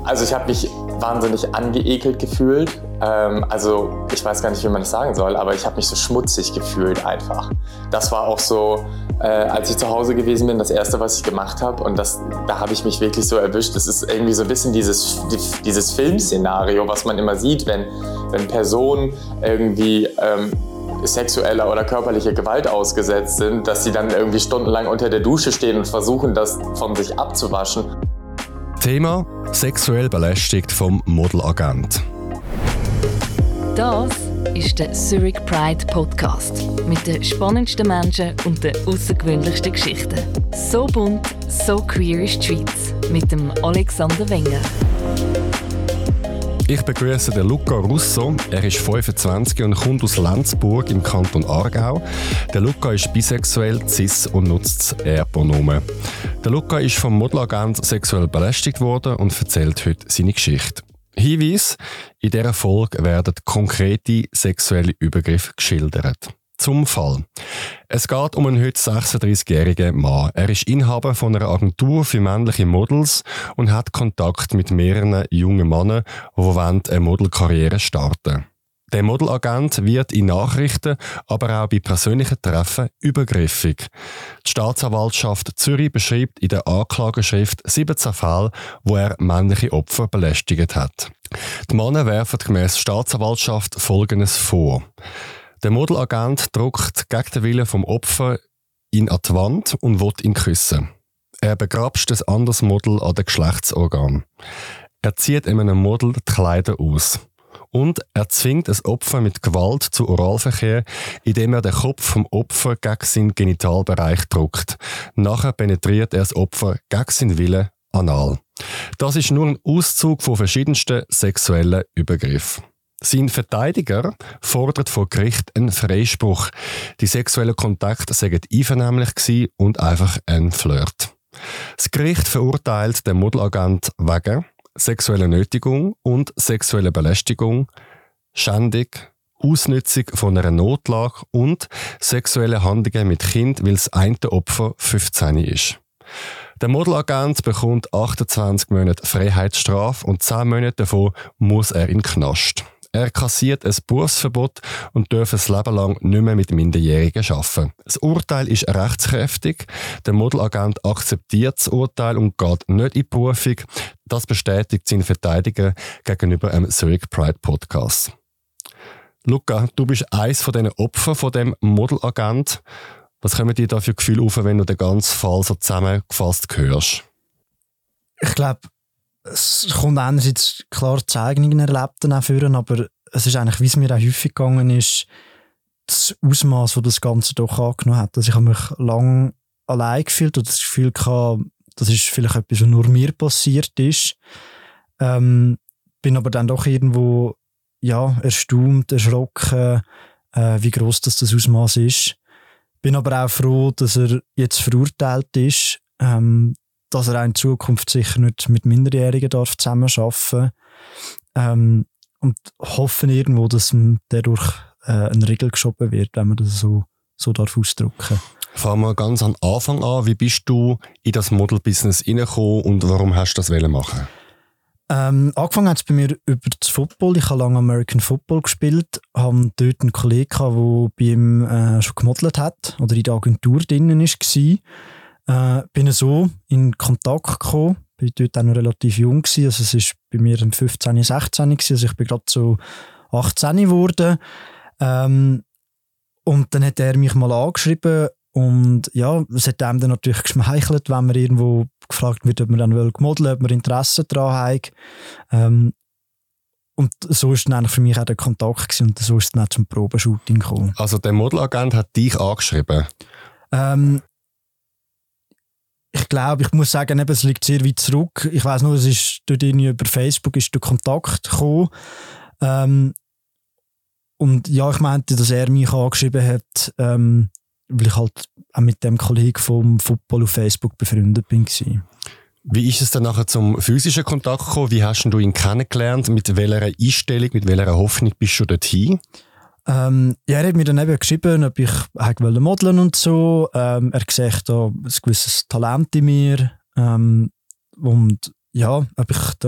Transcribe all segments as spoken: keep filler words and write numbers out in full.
Also ich habe mich wahnsinnig angeekelt gefühlt. Ähm, also ich weiß gar nicht, wie man das sagen soll, aber ich habe mich so schmutzig gefühlt einfach. Das war auch so, äh, als ich zu Hause gewesen bin, das Erste, was ich gemacht habe. Und das, da habe ich mich wirklich so erwischt. Das ist irgendwie so ein bisschen dieses, dieses Filmszenario, was man immer sieht, wenn, wenn Personen irgendwie ähm, sexueller oder körperlicher Gewalt ausgesetzt sind, dass sie dann irgendwie stundenlang unter der Dusche stehen und versuchen, das von sich abzuwaschen. Thema: sexuell belästigt vom Modelagent. Das ist der Zurich Pride Podcast mit den spannendsten Menschen und den außergewöhnlichsten Geschichten. So bunt, so queer ist die Schweiz mit dem Alexander Wenger. Ich begrüße den Luca Russo. Er ist fünfundzwanzig und kommt aus Lenzburg im Kanton Aargau. Der Luca ist bisexuell, cis und nutzt das Er-Pronomen. Der Luca ist vom Modelagent sexuell belästigt worden und erzählt heute seine Geschichte. Hinweis: in dieser Folge werden konkrete sexuelle Übergriffe geschildert. Zum Fall. Es geht um einen heute sechsunddreißigjährigen Mann. Er ist Inhaber von einer Agentur für männliche Models und hat Kontakt mit mehreren jungen Männern, die eine Modelkarriere starten wollen. Der Modelagent wird in Nachrichten, aber auch bei persönlichen Treffen übergriffig. Die Staatsanwaltschaft Zürich beschreibt in der Anklageschrift siebzehn Fälle, wo er männliche Opfer belästigt hat. Die Männer werfen gemäss Staatsanwaltschaft Folgendes vor. Der Modelagent drückt gegen den Willen vom Opfer ihn an die Wand und will ihn küssen. Er begrapscht ein anderes Model an den Geschlechtsorgan. Er zieht einem Model die Kleider aus. Und er zwingt das Opfer mit Gewalt zu Oralverkehr, indem er den Kopf vom Opfer gegen seinen Genitalbereich drückt. Nachher penetriert er das Opfer gegen seinen Willen anal. Das ist nur ein Auszug von verschiedensten sexuellen Übergriffen. Sein Verteidiger fordert vor Gericht einen Freispruch. Die sexuellen Kontakte seien einvernehmlich gewesen und einfach ein Flirt. Das Gericht verurteilt den Modelagent wegen sexueller Nötigung und sexueller Belästigung, Schändung, Ausnutzung von einer Notlage und sexuelle Handlungen mit Kind, weil das eine Opfer fünfzehn ist. Der Modelagent bekommt achtundzwanzig Monate Freiheitsstrafe und zehn Monate davon muss er in den Knast. Er kassiert ein Berufsverbot und darf ein Leben lang nicht mehr mit Minderjährigen arbeiten. Das Urteil ist rechtskräftig. Der Modelagent akzeptiert das Urteil und geht nicht in die Berufung. Das bestätigt sein Verteidiger gegenüber einem Zurich Pride Podcast. Luca, du bist eines von diesen Opfern von dem Modelagent. Was kommen dir da für Gefühle auf, wenn du den ganzen Fall so zusammengefasst hörst? Ich glaube, es kommt einerseits klar zu eigenen Erlebten auch führen, aber es ist eigentlich, wie es mir auch häufig gegangen ist, das Ausmaß, das das Ganze doch angenommen hat. Also ich habe mich lange allein gefühlt und das Gefühl gehabt, das ist vielleicht etwas, was nur mir passiert ist. Ähm, bin aber dann doch irgendwo ja, erstaunt, erschrocken, äh, wie gross das, das Ausmaß ist. Bin aber auch froh, dass er jetzt verurteilt ist, ähm, dass er auch in Zukunft sicher nicht mit Minderjährigen darf zusammenarbeiten darf. Ähm, und hoffen irgendwo, dass ihm dadurch äh, ein Riegel geschoben wird, wenn man das so, so darf ausdrücken. Fangen wir ganz am Anfang an. Wie bist du in das Model-Business hineingekommen und warum hast du das machen? Ähm, angefangen hat es bei mir über das Football. Ich habe lange American Football gespielt, habe dort einen Kollegen gehabt, der bei ihm äh, schon gemodelt hat oder in der Agentur drin war. Äh, bin so in Kontakt gekommen, bin dort auch noch relativ jung gewesen, also es war bei mir fünfzehn, sechzehn gewesen, also ich bin gerade so achtzehn geworden. Ähm, und dann hat er mich mal angeschrieben und ja, es hat einem dann natürlich geschmeichelt, wenn man irgendwo gefragt wird, ob man dann modeln will, ob man Interesse daran hat. Ähm, und so ist dann eigentlich für mich auch der Kontakt gewesen, und so ist es dann auch zum Probeshooting gekommen. Also der Modelagent hat dich angeschrieben? Ähm, Ich glaube, ich muss sagen, eben, es liegt sehr weit zurück. Ich weiss nur, es ist dort irgendwie über Facebook ist der Kontakt gekommen. Ähm, und ja, ich meinte, dass er mich angeschrieben hat, ähm, weil ich halt auch mit dem Kollegen vom Football auf Facebook befreundet bin. Wie ist es dann nachher zum physischen Kontakt gekommen? Wie hast du ihn kennengelernt? Mit welcher Einstellung, mit welcher Hoffnung bist du dorthin? Ähm, ja, er hat mir dann eben geschrieben, ob ich modeln und so. Ähm, er sieht da ein gewisses Talent in mir. Ähm, und ja, ob ich dann mal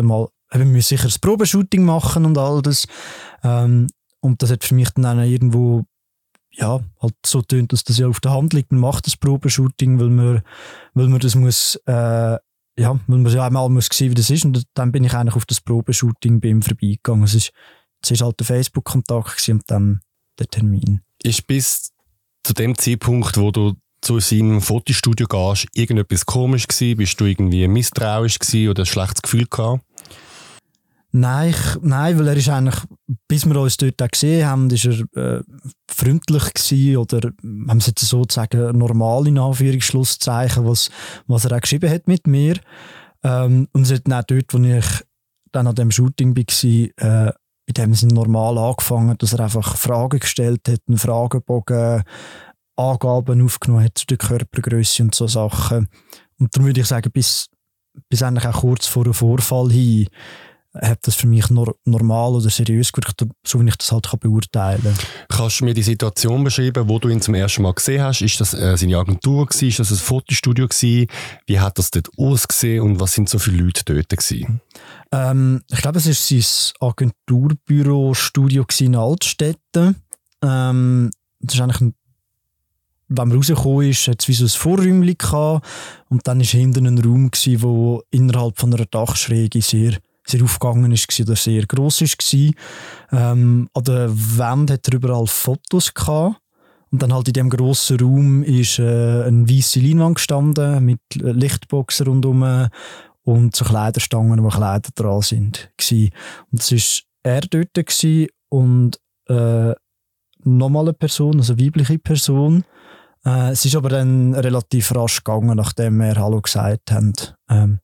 wir müssen sicher das Probeshooting machen und all das. Ähm, und das hat für mich dann auch irgendwo ja, halt so tönt, dass das ja auf der Hand liegt. Man macht das Probeshooting, weil man, weil man das muss, äh, ja, weil man ja einmal muss sehen, wie das ist. Und dann bin ich eigentlich auf das Probeshooting bei ihm vorbeigegangen. Es ist, es ist halt der Facebook-Kontakt und dann der Termin. Ist bis zu dem Zeitpunkt, wo du zu seinem Fotostudio gehst, irgendetwas komisch gewesen? Bist du irgendwie misstrauisch gewesen oder ein schlechtes Gefühl gehabt? Nein, ich, nein, weil er ist eigentlich, bis wir uns dort auch gesehen haben, ist er äh, freundlich gewesen oder, wenn man es jetzt sozusagen normal in Anführungsschlusszeichen, was, was er auch geschrieben hat mit mir. Ähm, und es hat dann auch dort, wo ich dann an dem Shooting war, äh, in dem Sinne normal angefangen, dass er einfach Fragen gestellt hat, einen Fragebogen, Angaben aufgenommen hat zu der Körpergröße und so Sachen. Und darum würde ich sagen, bis, bis eigentlich auch kurz vor dem Vorfall hin, hat das für mich nor- normal oder seriös gewirkt, so wie ich das halt kann beurteilen kann. Kannst du mir die Situation beschreiben, wo du ihn zum ersten Mal gesehen hast? Ist das äh, seine Agentur gewesen? Ist das ein Fotostudio gewesen? Wie hat das dort ausgesehen und was sind so viele Leute dort gewesen? Ähm, ich glaube, es war sein Agenturbüro-Studio in Altstetten. Ähm, das ist eigentlich ein Wenn man rausgekommen ist, hat es wie so ein Vorräumchen gehabt und dann war hinten ein Raum, der innerhalb von einer Dachschräge sehr sehr aufgegangen ist oder sehr gross war. Ähm, an der Wand hat er überall Fotos gehabt. Und dann halt in diesem grossen Raum ist äh, eine weisse Leinwand gestanden mit Lichtboxen rundherum und so Kleiderstangen, wo Kleider dran sind. Gewesen. Und es war er dort gewesen und äh, nochmal eine Person, also eine weibliche Person. Äh, es ist aber dann relativ rasch gegangen, nachdem wir Hallo gesagt haben. Ähm,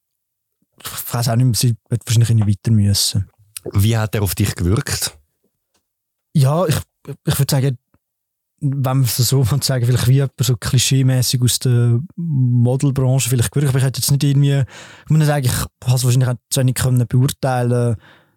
Ich weiß auch nicht mehr, sie wird wahrscheinlich nicht weiter müssen. Wie hat er auf dich gewirkt? Ja, ich, ich würde sagen, wenn man es so sagen, vielleicht wie jemand so klischeemäßig aus der Modelbranche vielleicht gewirkt. Aber ich hätte jetzt nicht irgendwie, ich muss sagen, ich habe es wahrscheinlich auch zu wenig können beurteilen,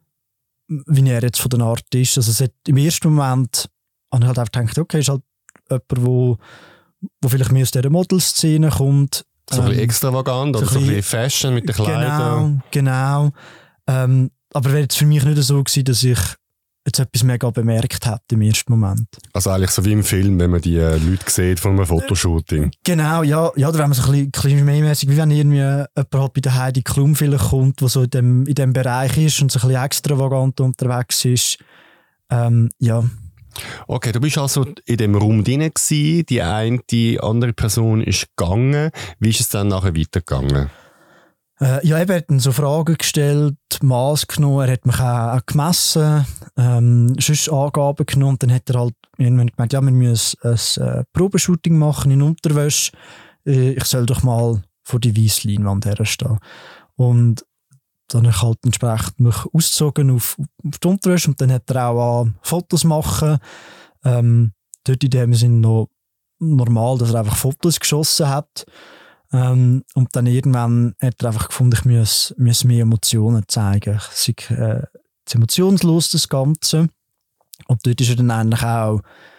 wie er jetzt von der Art ist. Also es hat, im ersten Moment habe ich halt einfach gedacht, okay, ist halt jemand, wo, wo vielleicht mehr aus dieser Modelszene kommt. So ein bisschen extravagant oder so ein bisschen Fashion mit den Kleidern. Genau, genau. Ähm, aber wäre jetzt für mich nicht so gewesen, dass ich jetzt etwas mega bemerkt hätte im ersten Moment. Also eigentlich so wie im Film, wenn man die äh, Leute sieht von einem Fotoshooting. Genau, ja. Ja, oder wenn man so ein bisschen klischeemäßig, wie wenn irgendwie jemand halt bei der Heidi Klum vielleicht kommt, der so in dem, in dem Bereich ist und so ein bisschen extravagant unterwegs ist. Ähm, ja. Okay, du bist also in dem Raum drin gewesen, die eine, die andere Person ist gegangen. Wie ist es dann nachher weitergegangen? Äh, ja, eben, er hat dann so Fragen gestellt, Maß genommen, er hat mich auch, auch gemessen, ähm, sonst Angaben genommen und dann hat er halt irgendwann gemeint, ja, wir müssen ein, ein äh, Probeshooting machen in Unterwäsche, äh, ich soll doch mal vor die weisse Leinwand herstehen. Und dann habe ich halt entsprechend mich ausgezogen auf, auf die Unterwäsche und dann hat er auch an Fotos machen. Ähm, dort in dem Sinne noch normal, dass er einfach Fotos geschossen hat. Ähm, und dann irgendwann hat er einfach gefunden, ich muss, muss mehr Emotionen zeigen. Ich sei äh, emotionslos, das Ganze. Und dort ist er dann eigentlich auch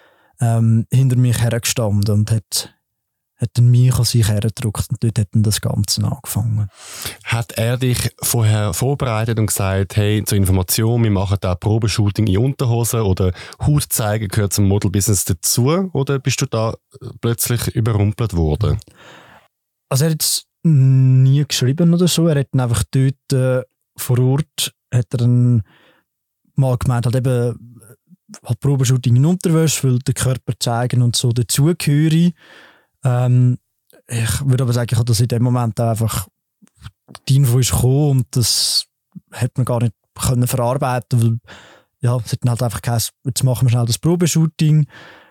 ähm, hinter mich hergestanden und hat hat dann mich an sich hergedrückt und dort hat dann das Ganze angefangen. Hat er dich vorher vorbereitet und gesagt, hey, zur Information, wir machen da Probeshooting in Unterhosen oder Haut zeigen gehört zum Modelbusiness dazu oder bist du da plötzlich überrumpelt worden? Also er hat es nie geschrieben oder so, er hat dann einfach dort äh, vor Ort hat er dann mal gemeint, halt eben halt Probeshooting in Unterwäsche, weil der Körper zeigen und so dazugehöre. Ähm, ich würde aber sagen, ich habe das in dem Moment einfach, die Info ist gekommen und das hat man gar nicht können verarbeiten, weil ja, es hat dann halt einfach geheißen, jetzt machen wir schnell das Probeshooting.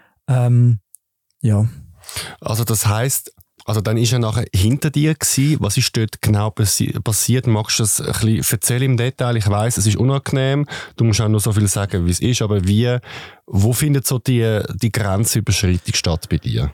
Ähm, ja. Also das heisst, also dann ist er nachher hinter dir gewesen. Was ist dort genau passi- passiert? Magst du das ein bisschen erzählen im Detail? Ich weiss, es ist unangenehm. Du musst auch nur so viel sagen, wie es ist. Aber wie, wo findet so die, die Grenzüberschreitung statt bei dir?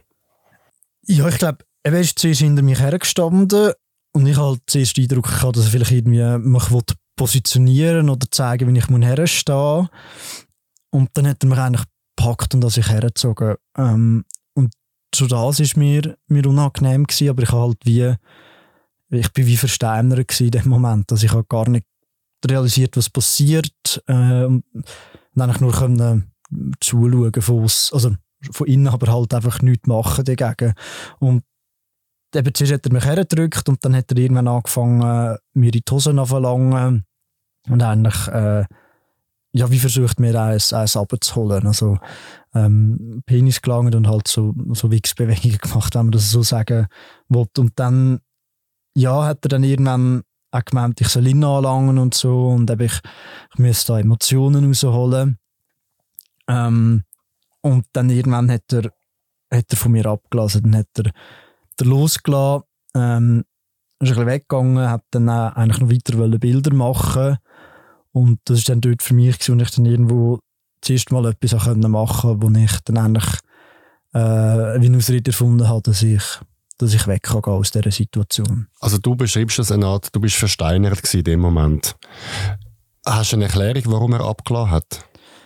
Ja, ich glaube, er ist zuerst hinter mich hergestanden und ich halt zuerst den Eindruck hatte, dass er vielleicht irgendwie mich positionieren oder zeigen, wie ich herstehen muss. Und dann hat er mich eigentlich gepackt und an sich hergezogen. Ähm, und schon das war mir, mir unangenehm gewesen, aber ich halt wie, ich bin wie versteinert in dem Moment. Also ich habe gar nicht realisiert, was passiert. Äh, und eigentlich nur können zuschauen von uns, also von innen, aber halt einfach nichts machen dagegen. Und eben zuerst hat er mich hergedrückt und dann hat er irgendwann angefangen, mir in die Hosen zu verlangen und eigentlich äh, ja, wie versucht, mir eins, eins runterzuholen. Also ähm, Penis gelangt und halt so, so Wichsbewegungen gemacht, wenn man das so sagen will. Und dann ja, hat er dann irgendwann auch gemeint, ich soll ihn anlangen und so und eben ich, ich müsste da Emotionen rausholen. Ähm, und dann irgendwann hat er, hat er von mir abgelassen, dann hat er, er losgelassen, ähm, ist ein bisschen weggegangen, hat dann auch eigentlich noch weiter Bilder machen und das war dann dort für mich, wo ich dann irgendwo das erste Mal etwas machen konnte, wo ich dann eigentlich äh, wie eine Ausrede erfunden habe, dass ich, dass ich weg kann gehen aus dieser Situation. Also du beschreibst das eine Art, du bist versteinert in dem Moment. Hast du eine Erklärung, warum er abgelassen hat?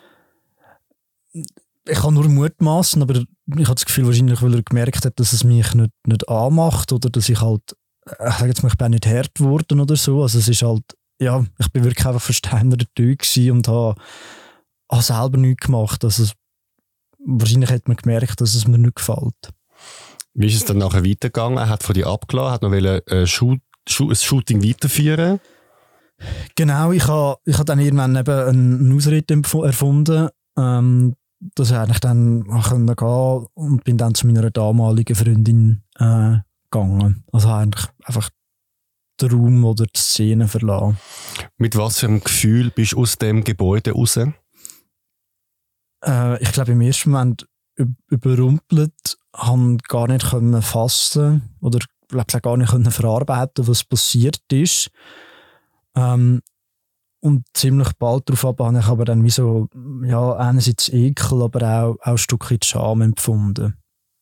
Ich kann nur mutmaßen, aber ich habe das Gefühl, wahrscheinlich, weil er gemerkt hat, dass es mich nicht, nicht anmacht oder dass ich halt, ich sage jetzt mal, ich bin nicht hart geworden oder so. Also es ist halt, ja, ich bin wirklich einfach versteinert gewesen und habe, habe selber nichts gemacht. Also wahrscheinlich hat man gemerkt, dass es mir nicht gefällt. Wie ist es dann nachher weitergegangen? Er hat von dir abgelassen, hat noch wollen, äh, Shoot, Shoot, ein Shooting weiterführen. Genau, ich habe ich ha dann irgendwann eben einen Ausrede erfunden, ähm, dass ich eigentlich dann gehen konnte und bin dann zu meiner damaligen Freundin äh, gegangen. Also eigentlich einfach den Raum oder die Szene verlassen. Mit was für einem Gefühl bist du aus dem Gebäude raus? Äh, ich glaube, im ersten Moment überrumpelt, habe gar nicht können fassen oder glaube ich gar nicht können verarbeiten, was passiert ist. Ähm, und ziemlich bald darauf habe ich aber dann wie so, ja, einerseits Ekel, aber auch, auch ein Stückchen Scham empfunden.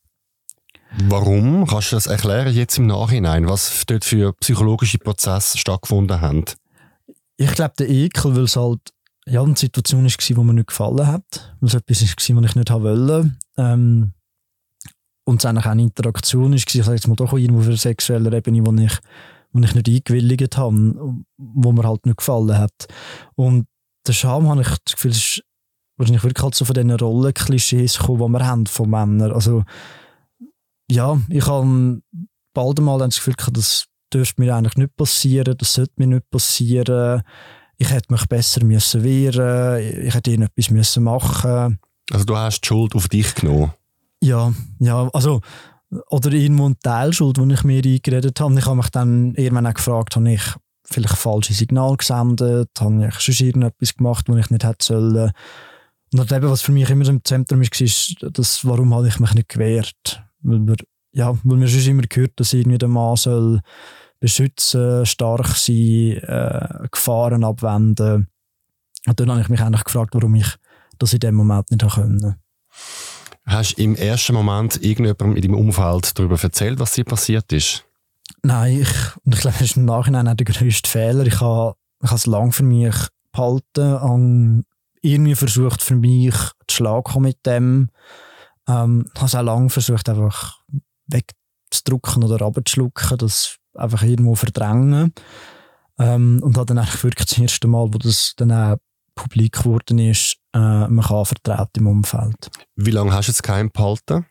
Warum? Kannst du das erklären jetzt im Nachhinein, was dort für psychologische Prozesse stattgefunden haben? Ich glaube, der Ekel, weil es halt ja, eine Situation war, die mir nicht gefallen hat, weil es etwas war, was ich nicht wollte. Ähm, und es eigentlich auch eine Interaktion war, ich sage jetzt mal doch irgendwo auf einer sexuellen Ebene, wo ich, wo ich nicht eingewilligt habe, wo mir halt nicht gefallen hat. Und der Scham, habe ich das Gefühl, ist wahrscheinlich wirklich halt so von diesen Rollenklischees gekommen, die wir haben von Männern. Also ja, ich habe bald einmal das Gefühl gehabt, das dürfte mir eigentlich nicht passieren, das sollte mir nicht passieren. Ich hätte mich besser müssen wehren, ich hätte irgendetwas müssen machen. Also du hast die Schuld auf dich genommen? Ja, ja, also oder irgendwo eine Teilschuld, die ich mir eingeredet habe. Ich habe mich dann irgendwann auch gefragt, habe ich vielleicht falsche Signale gesendet, habe ich schon irgendetwas gemacht, was ich nicht hätte sollen. Und eben, was für mich immer im Zentrum war, ist, dass, warum habe ich mich nicht gewehrt? Weil wir, ja, weil wir schon immer gehört, dass irgendwie der Mann soll beschützen, stark sein, äh, Gefahren abwenden. Und dann habe ich mich eigentlich gefragt, warum ich das in dem Moment nicht konnte. Hast du im ersten Moment irgendjemandem in deinem Umfeld darüber erzählt, was dir passiert ist? Nein, ich, und ich glaube, das ist im Nachhinein auch der grösste Fehler. Ich habe, ich habe es lange für mich behalten, habe irgendwie versucht, für mich zu schlagen mit dem. Ähm, habe es auch lange versucht, einfach wegzudrücken oder runterzuschlucken, das einfach irgendwo verdrängen. Ähm, und habe dann eigentlich wirklich das erste Mal, wo das dann auch publik geworden ist, äh, mich anvertraut im Umfeld. Wie lange hast du es geheim behalten?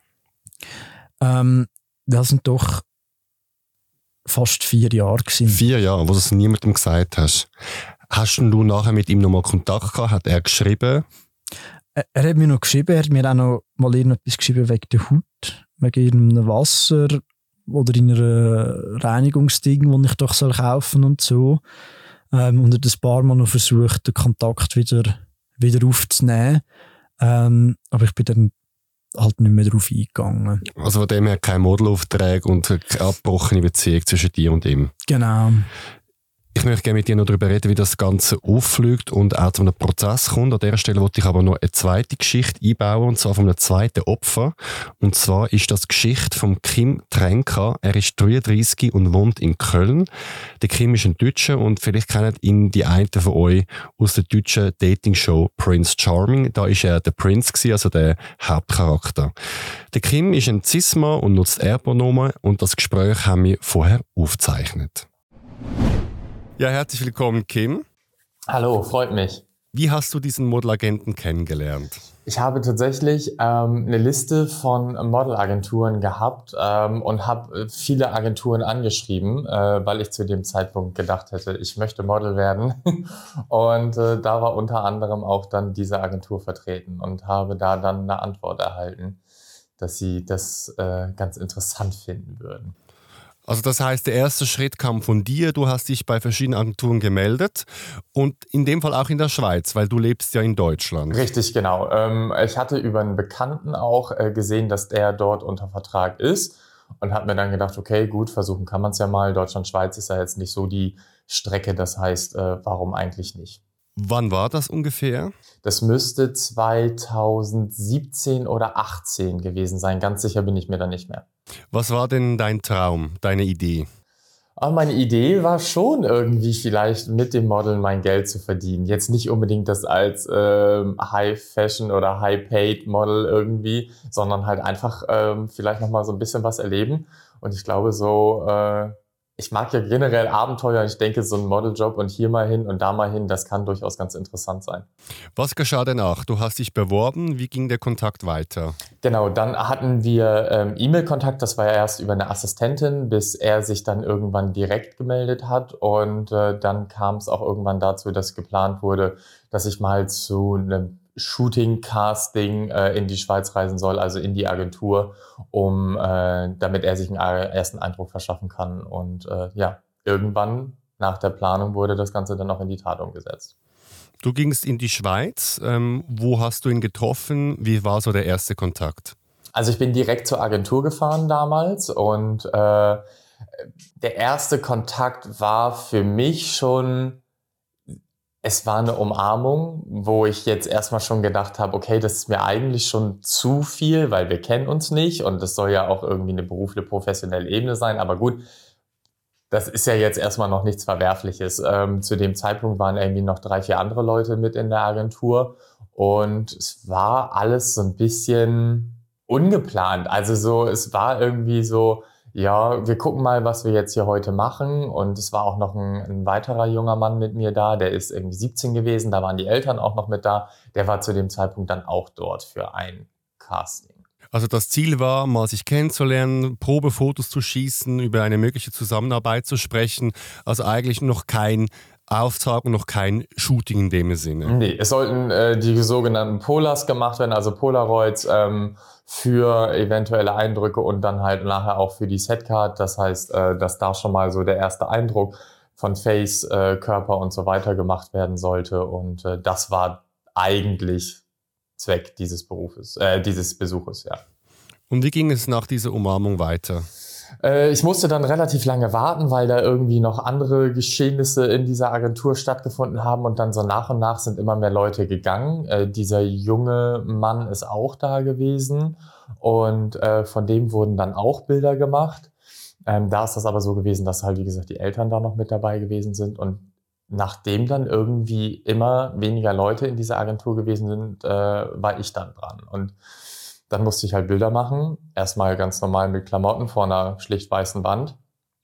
Ähm, das sind doch fast vier Jahre gewesen. Vier Jahre, wo du es niemandem gesagt hast. Hast du nachher mit ihm nochmal Kontakt gehabt? Hat er geschrieben? Er, er hat mir noch geschrieben, er hat mir auch noch mal irgendetwas geschrieben wegen der Haut, wegen irgendeinem Wasser oder in einer Reinigungsding, das ich doch soll kaufen und so. Ähm, und er hat ein paar Mal noch versucht, den Kontakt wieder, wieder aufzunehmen. Ähm, aber ich bin dann halt nicht mehr darauf eingegangen. Also von dem her keine Modelaufträge und eine abgebrochene Beziehung zwischen dir und ihm? Genau. Ich möchte gerne mit dir noch darüber reden, wie das Ganze auffliegt und auch zu einem Prozess kommt. An dieser Stelle wollte ich aber noch eine zweite Geschichte einbauen, und zwar von einem zweiten Opfer. Und zwar ist das die Geschichte von Kim Tränka. Er ist dreiunddreissig und wohnt in Köln. Der Kim ist ein Deutscher und vielleicht kennt ihn die einen von euch aus der deutschen Dating-Show Prince Charming. Da ist er der Prince gewesen, also der Hauptcharakter. Der Kim ist ein Cis-Mann und nutzt Er-Pronomen, und das Gespräch haben wir vorher aufgezeichnet. Ja, herzlich willkommen, Kim. Hallo, freut mich. Wie hast du diesen Modelagenten kennengelernt? Ich habe tatsächlich ähm, eine Liste von Modelagenturen gehabt ähm, und habe viele Agenturen angeschrieben, äh, weil ich zu dem Zeitpunkt gedacht hätte, ich möchte Model werden. Und äh, da war unter anderem auch dann diese Agentur vertreten und habe da dann eine Antwort erhalten, dass sie das äh, ganz interessant finden würden. Also das heißt, der erste Schritt kam von dir, du hast dich bei verschiedenen Agenturen gemeldet und in dem Fall auch in der Schweiz, weil du lebst ja in Deutschland. Richtig, genau. Ähm, ich hatte über einen Bekannten auch äh, gesehen, dass der dort unter Vertrag ist und habe mir dann gedacht, okay, gut, versuchen kann man es ja mal. Deutschland-Schweiz ist ja jetzt nicht so die Strecke, das heißt, äh, warum eigentlich nicht? Wann war das ungefähr? Das müsste zweitausendsiebzehn oder achtzehn gewesen sein, ganz sicher bin ich mir da nicht mehr. Was war denn dein Traum, deine Idee? Aber meine Idee war schon irgendwie vielleicht mit dem Modeln mein Geld zu verdienen. Jetzt nicht unbedingt das als ähm, High-Fashion oder High-Paid-Model irgendwie, sondern halt einfach ähm, vielleicht nochmal so ein bisschen was erleben. Und ich glaube so, äh, ich mag ja generell Abenteuer. Ich denke, so ein Modeljob und hier mal hin und da mal hin, das kann durchaus ganz interessant sein. Was geschah danach? Du hast dich beworben. Wie ging der Kontakt weiter? Genau, dann hatten wir ähm, E-Mail-Kontakt. Das war ja erst über eine Assistentin, bis er sich dann irgendwann direkt gemeldet hat. Und äh, dann kam es auch irgendwann dazu, dass geplant wurde, dass ich mal zu einem Shooting-Casting äh, in die Schweiz reisen soll, also in die Agentur, um äh, damit er sich einen ersten Eindruck verschaffen kann. Und äh, ja, irgendwann nach der Planung wurde das Ganze dann auch in die Tat umgesetzt. Du gingst in die Schweiz. Ähm, wo hast du ihn getroffen? Wie war so der erste Kontakt? Also ich bin direkt zur Agentur gefahren damals und äh, der erste Kontakt war für mich schon, es war eine Umarmung, wo ich jetzt erstmal schon gedacht habe, okay, das ist mir eigentlich schon zu viel, weil wir kennen uns nicht und das soll ja auch irgendwie eine berufliche, professionelle Ebene sein, aber gut, das ist ja jetzt erstmal noch nichts Verwerfliches. Ähm, zu dem Zeitpunkt waren irgendwie noch drei, vier andere Leute mit in der Agentur und es war alles so ein bisschen ungeplant. Also so, es war irgendwie so, ja, wir gucken mal, was wir jetzt hier heute machen. Und es war auch noch ein, ein weiterer junger Mann mit mir da, der ist irgendwie siebzehn gewesen, da waren die Eltern auch noch mit da. Der war zu dem Zeitpunkt dann auch dort für ein Casting. Also das Ziel war, mal sich kennenzulernen, Probefotos zu schießen, über eine mögliche Zusammenarbeit zu sprechen. Also eigentlich noch kein Auftrag und noch kein Shooting in dem Sinne. Nee, es sollten äh, die sogenannten Polars gemacht werden, also Polaroids ähm, für eventuelle Eindrücke und dann halt nachher auch für die Setcard. Das heißt, äh, dass da schon mal so der erste Eindruck von Face, äh, Körper und so weiter gemacht werden sollte. Und äh, das war eigentlich Zweck dieses Berufes, äh, dieses Besuches, ja. Und wie ging es nach dieser Umarmung weiter? Äh, ich musste dann relativ lange warten, weil da irgendwie noch andere Geschehnisse in dieser Agentur stattgefunden haben und dann so nach und nach sind immer mehr Leute gegangen. Äh, dieser junge Mann ist auch da gewesen und äh, von dem wurden dann auch Bilder gemacht. Ähm, da ist das aber so gewesen, dass halt, wie gesagt, die Eltern da noch mit dabei gewesen sind und nachdem dann irgendwie immer weniger Leute in dieser Agentur gewesen sind, äh, war ich dann dran. Und dann musste ich halt Bilder machen. Erstmal ganz normal mit Klamotten vor einer schlicht weißen Wand.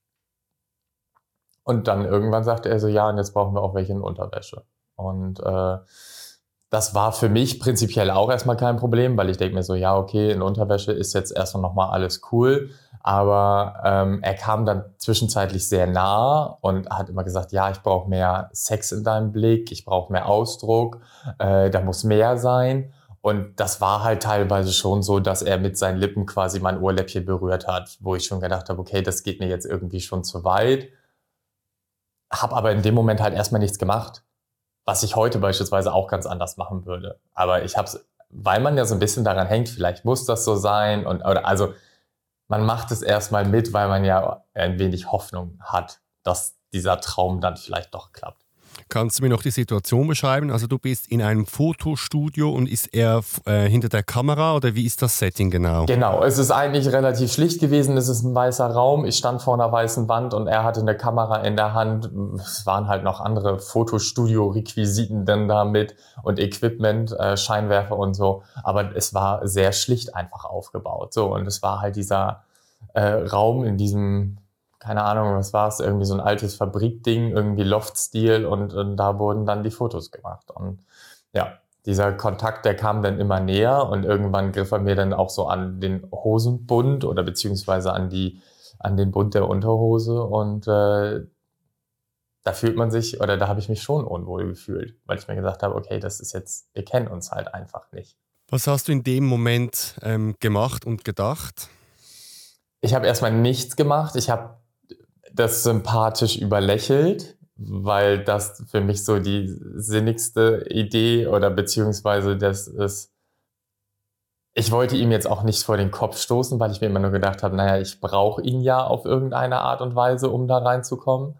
Und dann irgendwann sagte er so, ja, und jetzt brauchen wir auch welche in Unterwäsche. Und äh, das war für mich prinzipiell auch erstmal kein Problem, weil ich denke mir so, ja, okay, in Unterwäsche ist jetzt erstmal nochmal alles cool. Aber ähm, er kam dann zwischenzeitlich sehr nah und hat immer gesagt, ja, ich brauche mehr Sex in deinem Blick, ich brauche mehr Ausdruck, äh, da muss mehr sein. Und das war halt teilweise schon so, dass er mit seinen Lippen quasi mein Ohrläppchen berührt hat, wo ich schon gedacht habe, okay, das geht mir jetzt irgendwie schon zu weit. Hab aber in dem Moment halt erstmal nichts gemacht, was ich heute beispielsweise auch ganz anders machen würde. Aber ich habe es, weil man ja so ein bisschen daran hängt, vielleicht muss das so sein und oder also man macht es erstmal mit, weil man ja ein wenig Hoffnung hat, dass dieser Traum dann vielleicht doch klappt. Kannst du mir noch die Situation beschreiben? Also du bist in einem Fotostudio und ist er äh, hinter der Kamera oder wie ist das Setting genau? Genau, es ist eigentlich relativ schlicht gewesen. Es ist ein weißer Raum. Ich stand vor einer weißen Wand und er hatte eine Kamera in der Hand. Es waren halt noch andere Fotostudio-Requisiten dann da mit und Equipment, äh, Scheinwerfer und so. Aber es war sehr schlicht einfach aufgebaut. So, und es war halt dieser äh, Raum in diesem keine Ahnung, was war es, irgendwie so ein altes Fabrikding, irgendwie Loftstil und, und da wurden dann die Fotos gemacht. Und ja, dieser Kontakt, der kam dann immer näher und irgendwann griff er mir dann auch so an den Hosenbund oder beziehungsweise an, die, an den Bund der Unterhose und äh, da fühlt man sich, oder da habe ich mich schon unwohl gefühlt, weil ich mir gesagt habe, okay, das ist jetzt, wir kennen uns halt einfach nicht. Was hast du in dem Moment ähm, gemacht und gedacht? Ich habe erstmal nichts gemacht. Ich habe das sympathisch überlächelt, weil das für mich so die sinnigste Idee oder beziehungsweise das ist, ich wollte ihm jetzt auch nicht vor den Kopf stoßen, weil ich mir immer nur gedacht habe, naja, ich brauche ihn ja auf irgendeine Art und Weise, um da reinzukommen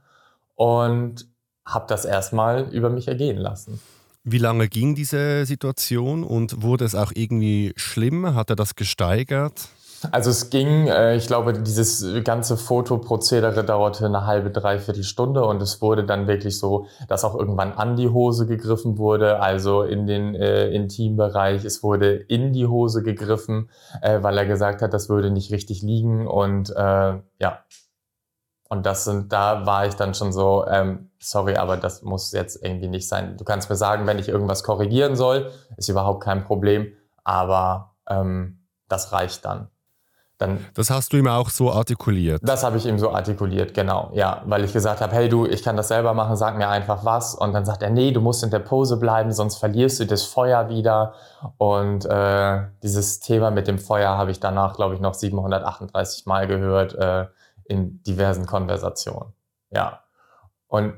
und habe das erstmal über mich ergehen lassen. Wie lange ging diese Situation und wurde es auch irgendwie schlimm? Hat er das gesteigert? Also es ging, äh, ich glaube, dieses ganze Fotoprozedere dauerte eine halbe, dreiviertel Stunde und es wurde dann wirklich so, dass auch irgendwann an die Hose gegriffen wurde, also in den äh, Intimbereich. Es wurde in die Hose gegriffen, äh, weil er gesagt hat, das würde nicht richtig liegen und äh, ja. Und das sind, da war ich dann schon so, ähm, sorry, aber das muss jetzt irgendwie nicht sein. Du kannst mir sagen, wenn ich irgendwas korrigieren soll, ist überhaupt kein Problem, aber ähm, das reicht dann. Dann, das hast du ihm auch so artikuliert? Das habe ich ihm so artikuliert, genau. Ja, weil ich gesagt habe, hey du, ich kann das selber machen, sag mir einfach was. Und dann sagt er, nee, du musst in der Pose bleiben, sonst verlierst du das Feuer wieder. Und äh, dieses Thema mit dem Feuer habe ich danach, glaube ich, noch siebenhundertachtunddreißig Mal gehört äh, in diversen Konversationen. Ja, und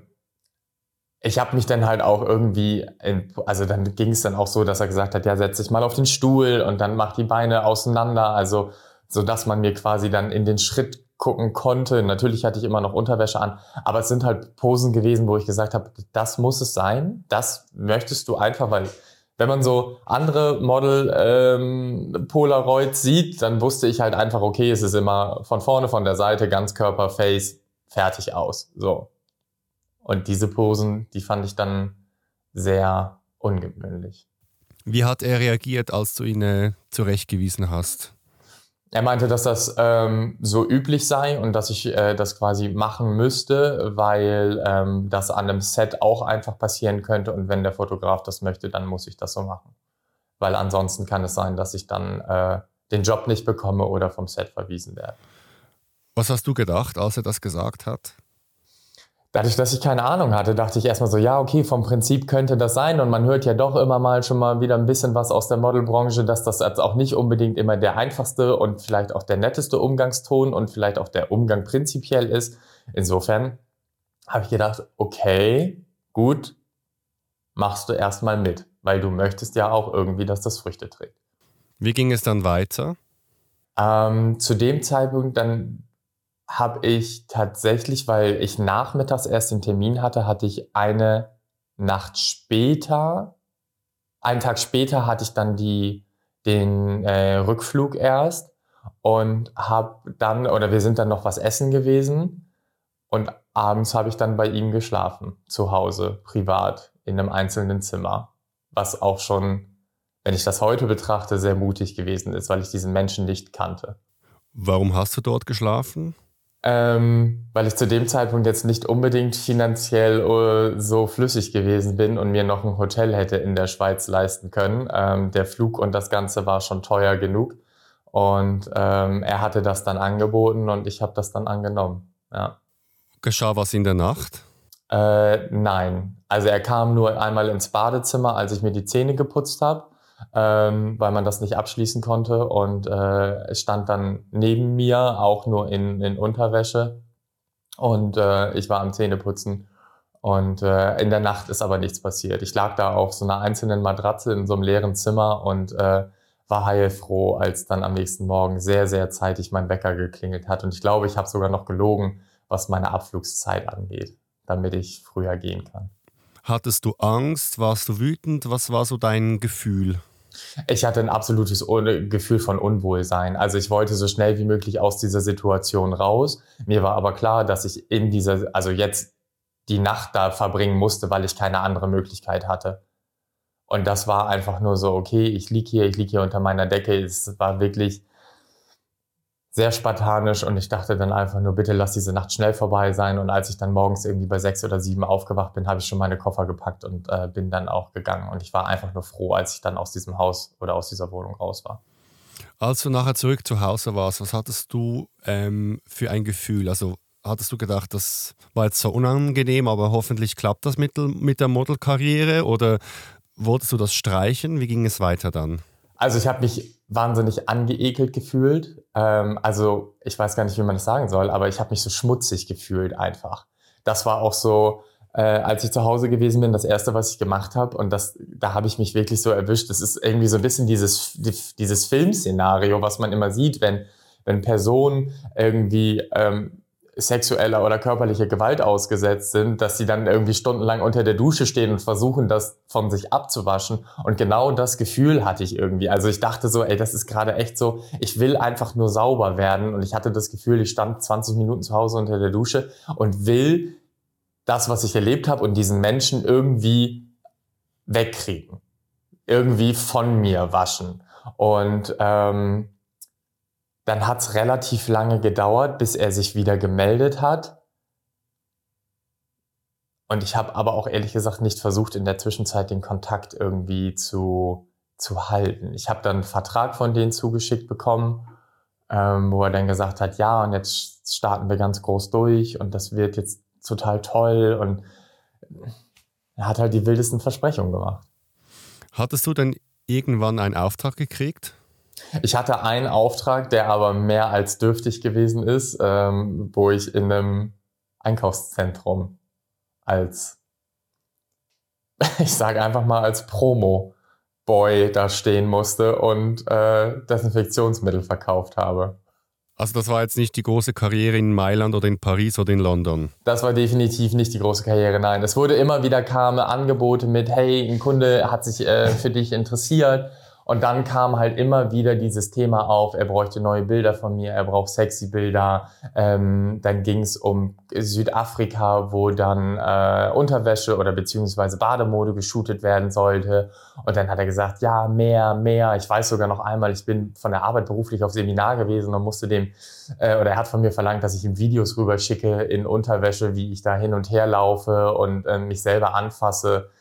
ich habe mich dann halt auch irgendwie, in, also dann ging es dann auch so, dass er gesagt hat, ja, setz dich mal auf den Stuhl und dann mach die Beine auseinander, also so dass man mir quasi dann in den Schritt gucken konnte. Natürlich hatte ich immer noch Unterwäsche an, aber es sind halt Posen gewesen, wo ich gesagt habe, das muss es sein, das möchtest du einfach, weil wenn man so andere Model ähm, Polaroids sieht, dann wusste ich halt einfach, okay, es ist immer von vorne, von der Seite, Ganzkörper, Face, fertig aus, so. Und diese Posen, die fand ich dann sehr ungewöhnlich. Wie hat er reagiert, als du ihn äh, zurechtgewiesen hast? Er meinte, dass das ähm, so üblich sei und dass ich äh, das quasi machen müsste, weil ähm, das an einem Set auch einfach passieren könnte und wenn der Fotograf das möchte, dann muss ich das so machen. Weil ansonsten kann es sein, dass ich dann äh, den Job nicht bekomme oder vom Set verwiesen werde. Was hast du gedacht, als er das gesagt hat? Dadurch, dass ich keine Ahnung hatte, dachte ich erstmal so, ja, okay, vom Prinzip könnte das sein. Und man hört ja doch immer mal schon mal wieder ein bisschen was aus der Modelbranche, dass das jetzt auch nicht unbedingt immer der einfachste und vielleicht auch der netteste Umgangston und vielleicht auch der Umgang prinzipiell ist. Insofern habe ich gedacht, okay, gut, machst du erstmal mit, weil du möchtest ja auch irgendwie, dass das Früchte trägt. Wie ging es dann weiter? Ähm, zu dem Zeitpunkt dann habe ich tatsächlich, weil ich nachmittags erst den Termin hatte, hatte ich eine Nacht später, einen Tag später hatte ich dann die, den äh, Rückflug erst und habe dann, oder wir sind dann noch was essen gewesen und abends habe ich dann bei ihm geschlafen, zu Hause, privat, in einem einzelnen Zimmer, was auch schon, wenn ich das heute betrachte, sehr mutig gewesen ist, weil ich diesen Menschen nicht kannte. Warum hast du dort geschlafen? Ähm, weil ich zu dem Zeitpunkt jetzt nicht unbedingt finanziell uh, so flüssig gewesen bin und mir noch ein Hotel hätte in der Schweiz leisten können. Ähm, der Flug und das Ganze war schon teuer genug und ähm, er hatte das dann angeboten und ich habe das dann angenommen. Ja. Geschah was in der Nacht? Äh, nein, also er kam nur einmal ins Badezimmer, als ich mir die Zähne geputzt habe. Ähm, weil man das nicht abschließen konnte und äh, es stand dann neben mir, auch nur in, in Unterwäsche und äh, ich war am Zähneputzen und äh, in der Nacht ist aber nichts passiert. Ich lag da auf so einer einzelnen Matratze in so einem leeren Zimmer und äh, war heilfroh, als dann am nächsten Morgen sehr, sehr zeitig mein Wecker geklingelt hat und ich glaube, ich habe sogar noch gelogen, was meine Abflugszeit angeht, damit ich früher gehen kann. Hattest du Angst? Warst du wütend? Was war so dein Gefühl? Ich hatte ein absolutes Gefühl von Unwohlsein. Also ich wollte so schnell wie möglich aus dieser Situation raus. Mir war aber klar, dass ich in dieser, also jetzt die Nacht da verbringen musste, weil ich keine andere Möglichkeit hatte. Und das war einfach nur so, okay, ich lieg hier, ich lieg hier unter meiner Decke. Es war wirklich, sehr spartanisch und ich dachte dann einfach nur, bitte lass diese Nacht schnell vorbei sein. Und als ich dann morgens irgendwie bei sechs oder sieben aufgewacht bin, habe ich schon meine Koffer gepackt und äh, bin dann auch gegangen. Und ich war einfach nur froh, als ich dann aus diesem Haus oder aus dieser Wohnung raus war. Als du nachher zurück zu Hause warst, was hattest du ähm, für ein Gefühl? Also hattest du gedacht, das war jetzt so unangenehm, aber hoffentlich klappt das mit, mit der Modelkarriere? Oder wolltest du das streichen? Wie ging es weiter dann? Also ich habe mich wahnsinnig angeekelt gefühlt. Ähm, also ich weiß gar nicht, wie man das sagen soll, aber ich habe mich so schmutzig gefühlt einfach. Das war auch so, äh, als ich zu Hause gewesen bin, das Erste, was ich gemacht habe. Und das, da habe ich mich wirklich so erwischt. Das ist irgendwie so ein bisschen dieses, dieses Filmszenario, was man immer sieht, wenn, wenn Personen irgendwie ähm, sexueller oder körperlicher Gewalt ausgesetzt sind, dass sie dann irgendwie stundenlang unter der Dusche stehen und versuchen, das von sich abzuwaschen. Und genau das Gefühl hatte ich irgendwie. Also ich dachte so, ey, das ist gerade echt so, ich will einfach nur sauber werden. Und ich hatte das Gefühl, ich stand zwanzig Minuten zu Hause unter der Dusche und will das, was ich erlebt habe und diesen Menschen irgendwie wegkriegen. Irgendwie von mir waschen. Und ähm, dann hat es relativ lange gedauert, bis er sich wieder gemeldet hat. Und ich habe aber auch ehrlich gesagt nicht versucht, in der Zwischenzeit den Kontakt irgendwie zu, zu halten. Ich habe dann einen Vertrag von denen zugeschickt bekommen, ähm, wo er dann gesagt hat, ja, und jetzt starten wir ganz groß durch und das wird jetzt total toll. Und er hat halt die wildesten Versprechungen gemacht. Hattest du denn irgendwann einen Auftrag gekriegt? Ich hatte einen Auftrag, der aber mehr als dürftig gewesen ist, ähm, wo ich in einem Einkaufszentrum als, ich sage einfach mal als Promo-Boy da stehen musste und äh, Desinfektionsmittel verkauft habe. Also das war jetzt nicht die große Karriere in Mailand oder in Paris oder in London? Das war definitiv nicht die große Karriere, nein. Es wurde immer wieder, kamen Angebote mit, hey, ein Kunde hat sich äh, für dich interessiert. Und dann kam halt immer wieder dieses Thema auf, er bräuchte neue Bilder von mir, er braucht sexy Bilder. Ähm, dann ging es um Südafrika, wo dann äh, Unterwäsche oder beziehungsweise Bademode geshootet werden sollte. Und dann hat er gesagt, ja, mehr, mehr. Ich weiß sogar noch einmal, ich bin von der Arbeit beruflich auf Seminar gewesen und musste dem, äh, oder er hat von mir verlangt, dass ich ihm Videos rüber schicke in Unterwäsche, wie ich da hin und her laufe und äh, mich selber anfasse.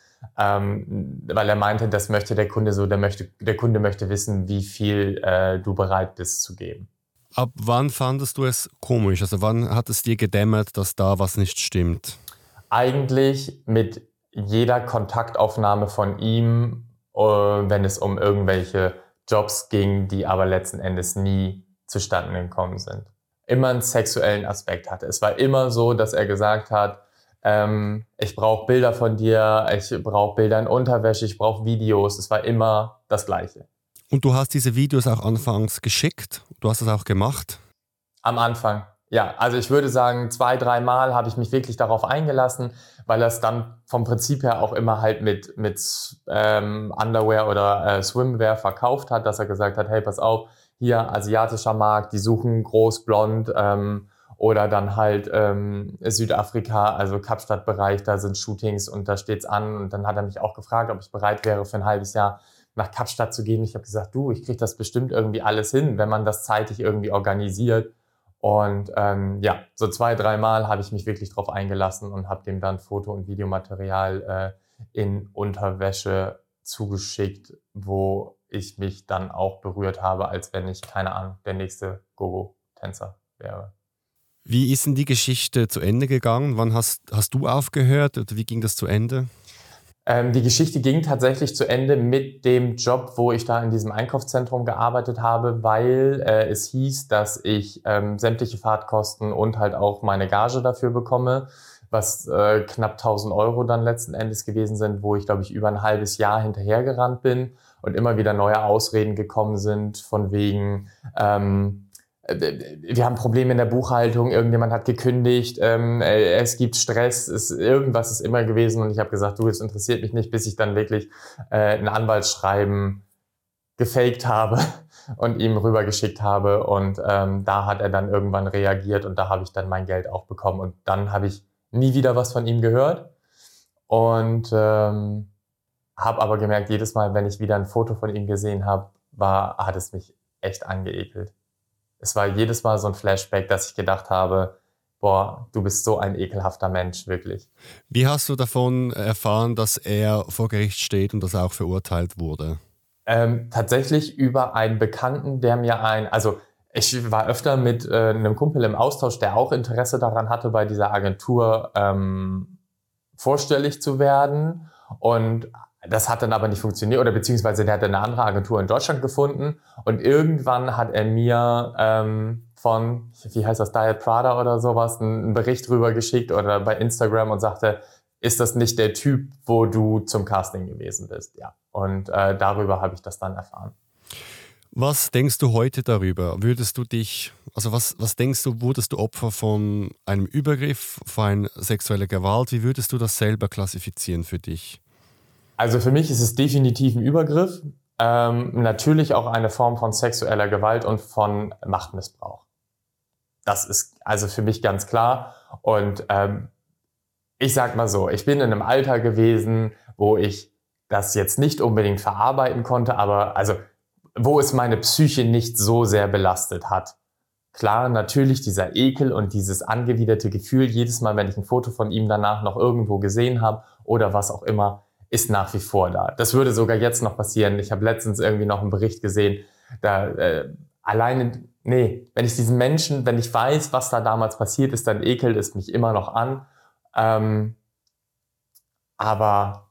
Ähm, weil er meinte, das möchte der Kunde so, der möchte, der Kunde möchte wissen, wie viel äh, du bereit bist zu geben. Ab wann fandest du es komisch? Also wann hat es dir gedämmert, dass da was nicht stimmt? Eigentlich mit jeder Kontaktaufnahme von ihm, äh, wenn es um irgendwelche Jobs ging, die aber letzten Endes nie zustande gekommen sind. Immer einen sexuellen Aspekt hatte. Es war immer so, dass er gesagt hat, Ähm, ich brauche Bilder von dir, ich brauche Bilder in Unterwäsche, ich brauche Videos. Es war immer das Gleiche. Und du hast diese Videos auch anfangs geschickt? Du hast das auch gemacht? Am Anfang, ja. Also ich würde sagen, zwei, dreimal habe ich mich wirklich darauf eingelassen, weil er es dann vom Prinzip her auch immer halt mit, mit ähm, Underwear oder äh, Swimwear verkauft hat, dass er gesagt hat, hey, pass auf, hier asiatischer Markt, die suchen groß, blond, ähm, oder dann halt ähm, Südafrika, also Kapstadt-Bereich, da sind Shootings und da steht's an. Und dann hat er mich auch gefragt, ob ich bereit wäre, für ein halbes Jahr nach Kapstadt zu gehen. Ich habe gesagt, du, ich kriege das bestimmt irgendwie alles hin, wenn man das zeitig irgendwie organisiert. Und ähm, ja, so zwei, dreimal habe ich mich wirklich drauf eingelassen und habe dem dann Foto- und Videomaterial äh, in Unterwäsche zugeschickt, wo ich mich dann auch berührt habe, als wenn ich, keine Ahnung, der nächste Gogo-Tänzer wäre. Wie ist denn die Geschichte zu Ende gegangen? Wann hast, hast du aufgehört oder wie ging das zu Ende? Ähm, die Geschichte ging tatsächlich zu Ende mit dem Job, wo ich da in diesem Einkaufszentrum gearbeitet habe, weil äh, es hieß, dass ich ähm, sämtliche Fahrtkosten und halt auch meine Gage dafür bekomme, was äh, knapp tausend Euro dann letzten Endes gewesen sind, wo ich, glaube ich, über ein halbes Jahr hinterhergerannt bin und immer wieder neue Ausreden gekommen sind von wegen... Ähm, wir haben Probleme in der Buchhaltung, irgendjemand hat gekündigt, ähm, es gibt Stress, es, irgendwas ist immer gewesen und ich habe gesagt, du, es interessiert mich nicht, bis ich dann wirklich äh, ein Anwaltsschreiben gefaked habe und ihm rübergeschickt habe und ähm, da hat er dann irgendwann reagiert und da habe ich dann mein Geld auch bekommen und dann habe ich nie wieder was von ihm gehört und ähm, habe aber gemerkt, jedes Mal, wenn ich wieder ein Foto von ihm gesehen habe, war, hat es mich echt angeekelt. es war jedes Mal so ein Flashback, dass ich gedacht habe, boah, du bist so ein ekelhafter Mensch, wirklich. Wie hast du davon erfahren, dass er vor Gericht steht und dass er auch verurteilt wurde? Ähm, tatsächlich über einen Bekannten, der mir ein, also ich war öfter mit äh, einem Kumpel im Austausch, der auch Interesse daran hatte, bei dieser Agentur ähm, vorstellig zu werden. Und das hat dann aber nicht funktioniert, oder beziehungsweise der hat eine andere Agentur in Deutschland gefunden. Und irgendwann hat er mir ähm, von, wie heißt das, Diet Prada oder sowas, einen Bericht rüber geschickt oder bei Instagram und sagte, ist das nicht der Typ, wo du zum Casting gewesen bist? Ja. Und äh, darüber habe ich das dann erfahren. Was denkst du heute darüber? Würdest du dich, also was, was denkst du, wurdest du Opfer von einem Übergriff, von einer sexuellen Gewalt? Wie würdest du das selber klassifizieren für dich? Also für mich ist es definitiv ein Übergriff. Ähm, natürlich auch eine Form von sexueller Gewalt und von Machtmissbrauch. Das ist also für mich ganz klar. Und ähm, ich sag mal so, ich bin in einem Alter gewesen, wo ich das jetzt nicht unbedingt verarbeiten konnte, aber also wo es meine Psyche nicht so sehr belastet hat. Klar, natürlich dieser Ekel und dieses angewiderte Gefühl, jedes Mal, wenn ich ein Foto von ihm danach noch irgendwo gesehen habe oder was auch immer, ist nach wie vor da. Das würde sogar jetzt noch passieren. Ich habe letztens irgendwie noch einen Bericht gesehen, da äh, alleine, nee, wenn ich diesen Menschen, wenn ich weiß, was da damals passiert ist, dann ekelt es mich immer noch an. Ähm, aber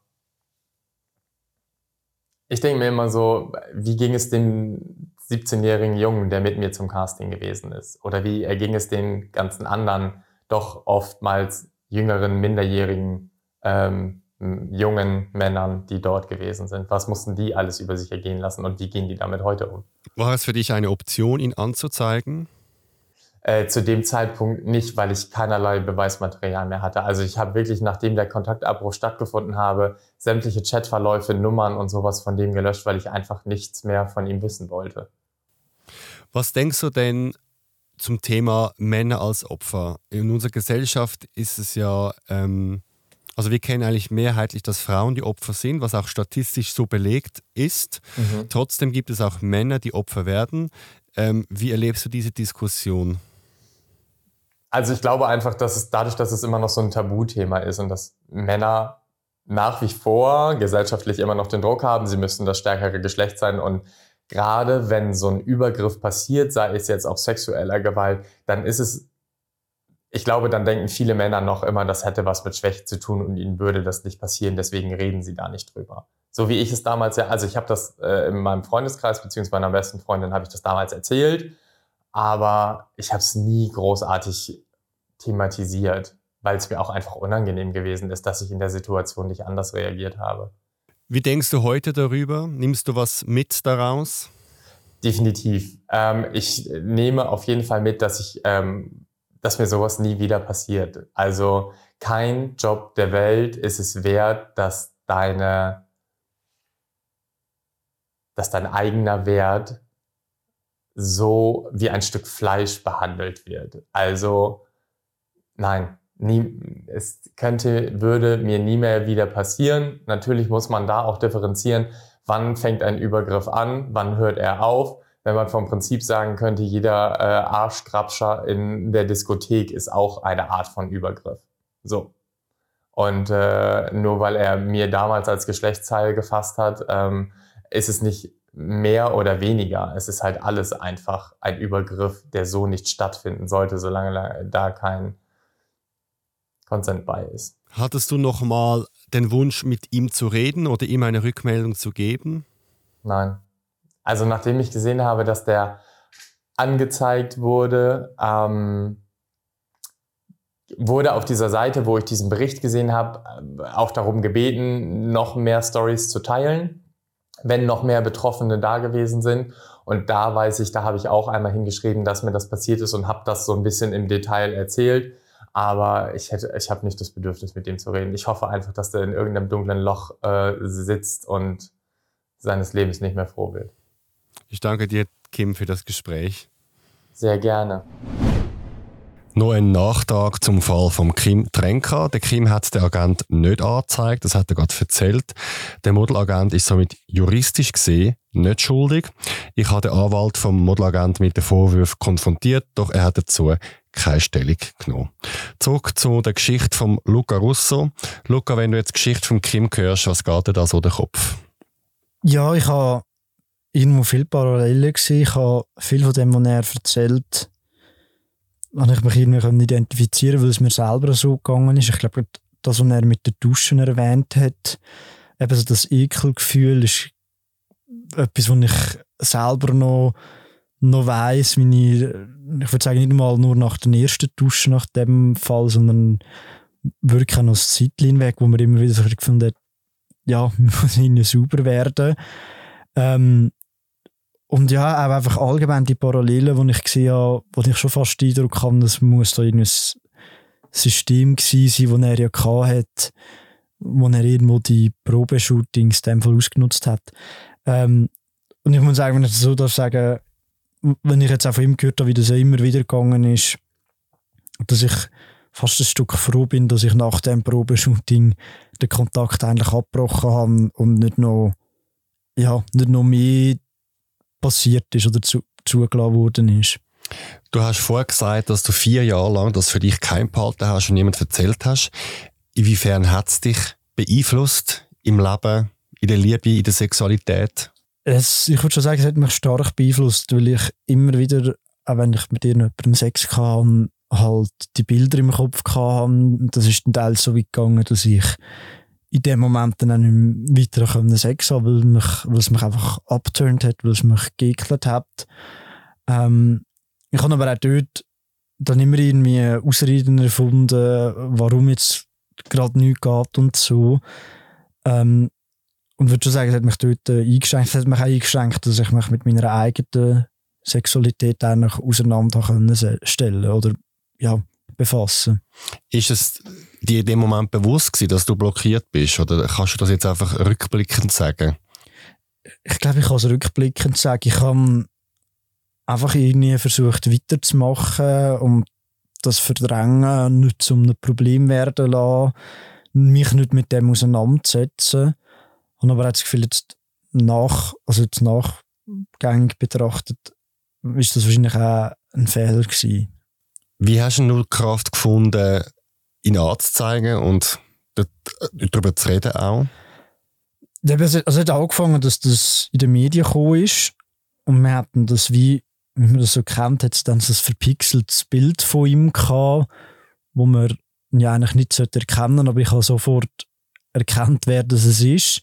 ich denke mir immer so, wie ging es dem siebzehnjährigen Jungen, der mit mir zum Casting gewesen ist? Oder wie erging es den ganzen anderen, doch oftmals jüngeren, minderjährigen, ähm, jungen Männern, die dort gewesen sind? Was mussten die alles über sich ergehen lassen und wie gehen die damit heute um? War es für dich eine Option, ihn anzuzeigen? Äh, zu dem Zeitpunkt nicht, weil ich keinerlei Beweismaterial mehr hatte. Also ich habe wirklich, nachdem der Kontaktabbruch stattgefunden habe, sämtliche Chatverläufe, Nummern und sowas von dem gelöscht, weil ich einfach nichts mehr von ihm wissen wollte. Was denkst du denn zum Thema Männer als Opfer? In unserer Gesellschaft ist es ja, ähm, also wir kennen eigentlich mehrheitlich, dass Frauen die Opfer sind, was auch statistisch so belegt ist. Mhm. Trotzdem gibt es auch Männer, die Opfer werden. Ähm, wie erlebst du diese Diskussion? Also ich glaube einfach, dass es dadurch, dass es immer noch so ein Tabuthema ist und dass Männer nach wie vor gesellschaftlich immer noch den Druck haben, sie müssten das stärkere Geschlecht sein, und gerade wenn so ein Übergriff passiert, sei es jetzt auch sexueller Gewalt, dann ist es, ich glaube, dann denken viele Männer noch immer, das hätte was mit Schwäche zu tun und ihnen würde das nicht passieren, deswegen reden sie da nicht drüber. So wie ich es damals ja, also ich habe das äh, in meinem Freundeskreis beziehungsweise meiner besten Freundin habe ich das damals erzählt, aber ich habe es nie großartig thematisiert, weil es mir auch einfach unangenehm gewesen ist, dass ich in der Situation nicht anders reagiert habe. Wie denkst du heute darüber? Nimmst du was mit daraus? Definitiv. Ähm, ich nehme auf jeden Fall mit, dass ich, ähm, dass mir sowas nie wieder passiert. Also kein Job der Welt ist es wert, dass deine, dass dein eigener Wert so wie ein Stück Fleisch behandelt wird. Also nein, nie, es könnte, würde mir nie mehr wieder passieren. Natürlich muss man da auch differenzieren, wann fängt ein Übergriff an, wann hört er auf. Wenn man vom Prinzip sagen könnte, jeder äh, Arschkrabscher in der Diskothek ist auch eine Art von Übergriff. So. Und äh, nur weil er mir damals als Geschlechtsteil gefasst hat, ähm, ist es nicht mehr oder weniger. Es ist halt alles einfach ein Übergriff, der so nicht stattfinden sollte, solange da kein Consent bei ist. Hattest du noch mal den Wunsch, mit ihm zu reden oder ihm eine Rückmeldung zu geben? Nein. Also nachdem ich gesehen habe, dass der angezeigt wurde, ähm, wurde auf dieser Seite, wo ich diesen Bericht gesehen habe, auch darum gebeten, noch mehr Storys zu teilen, wenn noch mehr Betroffene da gewesen sind. Und da weiß ich, da habe ich auch einmal hingeschrieben, dass mir das passiert ist und habe das so ein bisschen im Detail erzählt. Aber ich, hätte, ich habe nicht das Bedürfnis, mit dem zu reden. Ich hoffe einfach, dass der in irgendeinem dunklen Loch äh, sitzt und seines Lebens nicht mehr froh wird. Ich danke dir, Kim, für das Gespräch. Sehr gerne. Noch ein Nachtrag zum Fall von Kim Tränka. Der Kim hat den Agent nicht angezeigt, das hat er gerade erzählt. Der Modelagent ist somit juristisch gesehen nicht schuldig. Ich habe den Anwalt vom Modelagent mit den Vorwürfen konfrontiert, doch er hat dazu keine Stellung genommen. Zurück zu der Geschichte von Luca Russo. Luca, wenn du jetzt die Geschichte von Kim hörst, was geht dir da so durch den Kopf? Ja, ich habe irgendwo viele Parallelen gesehen. Ich habe viel von dem, was er erzählt, habe ich mich irgendwie identifizieren, weil es mir selber so gegangen ist. Ich glaube, das, was er mit den Duschen erwähnt hat, eben so das Ekelgefühl, ist etwas, was ich selber noch, noch weiss. Meine, ich würde sagen, nicht mal nur nach der ersten Dusche, nach dem Fall, sondern wirklich auch noch das Zeitchen weg, wo man immer wieder so gefunden hat, ja, muss irgendwie sauber werden. Ähm, und ja, auch einfach allgemein die Parallelen, die ich gesehen habe, wo ich schon fast den Eindruck habe, es muss da irgendein System gewesen sein, das er ja hatte, wo er irgendwo die Probeshootings in dem Fall ausgenutzt hat. Ähm, und ich muss sagen, wenn ich das so darf sagen, wenn ich jetzt auch von ihm gehört habe, wie das immer wieder gegangen ist, dass ich fast ein Stück froh bin, dass ich nach dem Probeshooting den Kontakt eigentlich abgebrochen habe und nicht noch, ja, nicht noch mehr passiert ist oder zu, zugelassen worden ist. Du hast vorher gesagt, dass du vier Jahre lang das für dich geheim behalten hast und niemand erzählt hast. Inwiefern hat es dich beeinflusst im Leben, in der Liebe, in der Sexualität? Es, ich würde schon sagen, es hat mich stark beeinflusst, weil ich immer wieder, auch wenn ich mit irgendjemandem Sex hatte, halt die Bilder im Kopf hatte. Das ist dann teils so weit gegangen, dass ich in dem Moment dann auch nicht mehr weiter Sex haben konnte, weil, mich, weil es mich einfach abgeturnt hat, weil es mich geekelt hat. Ähm, ich habe aber auch dort dann immer irgendwie Ausreden erfunden, warum jetzt gerade nichts geht und so. Ähm, und würde schon sagen, es hat mich dort äh, eingeschränkt. Es hat mich auch eingeschränkt, dass ich mich mit meiner eigenen Sexualität eigentlich auseinander können stellen oder ja, befassen. Ist es dir in dem Moment bewusst gewesen, dass du blockiert bist? Oder kannst du das jetzt einfach rückblickend sagen? Ich glaube, ich kann es rückblickend sagen. Ich habe einfach irgendwie versucht weiterzumachen und das Verdrängen nicht zu einem Problem werden lassen, mich nicht mit dem auseinanderzusetzen. Ich habe aber auch das Gefühl, jetzt nach, also jetzt nachgängig betrachtet, ist das wahrscheinlich auch ein Fehler gewesen. Wie hast du nur Kraft gefunden, ihn anzuzeigen und darüber zu reden auch? Also es hat angefangen, dass das in den Medien gekommen ist und wir hatten das wie, wie man das so kennt, hat es dann so ein verpixeltes Bild von ihm gehabt, wo man ja eigentlich nicht erkennen sollte, aber ich habe sofort erkannt, wer das ist.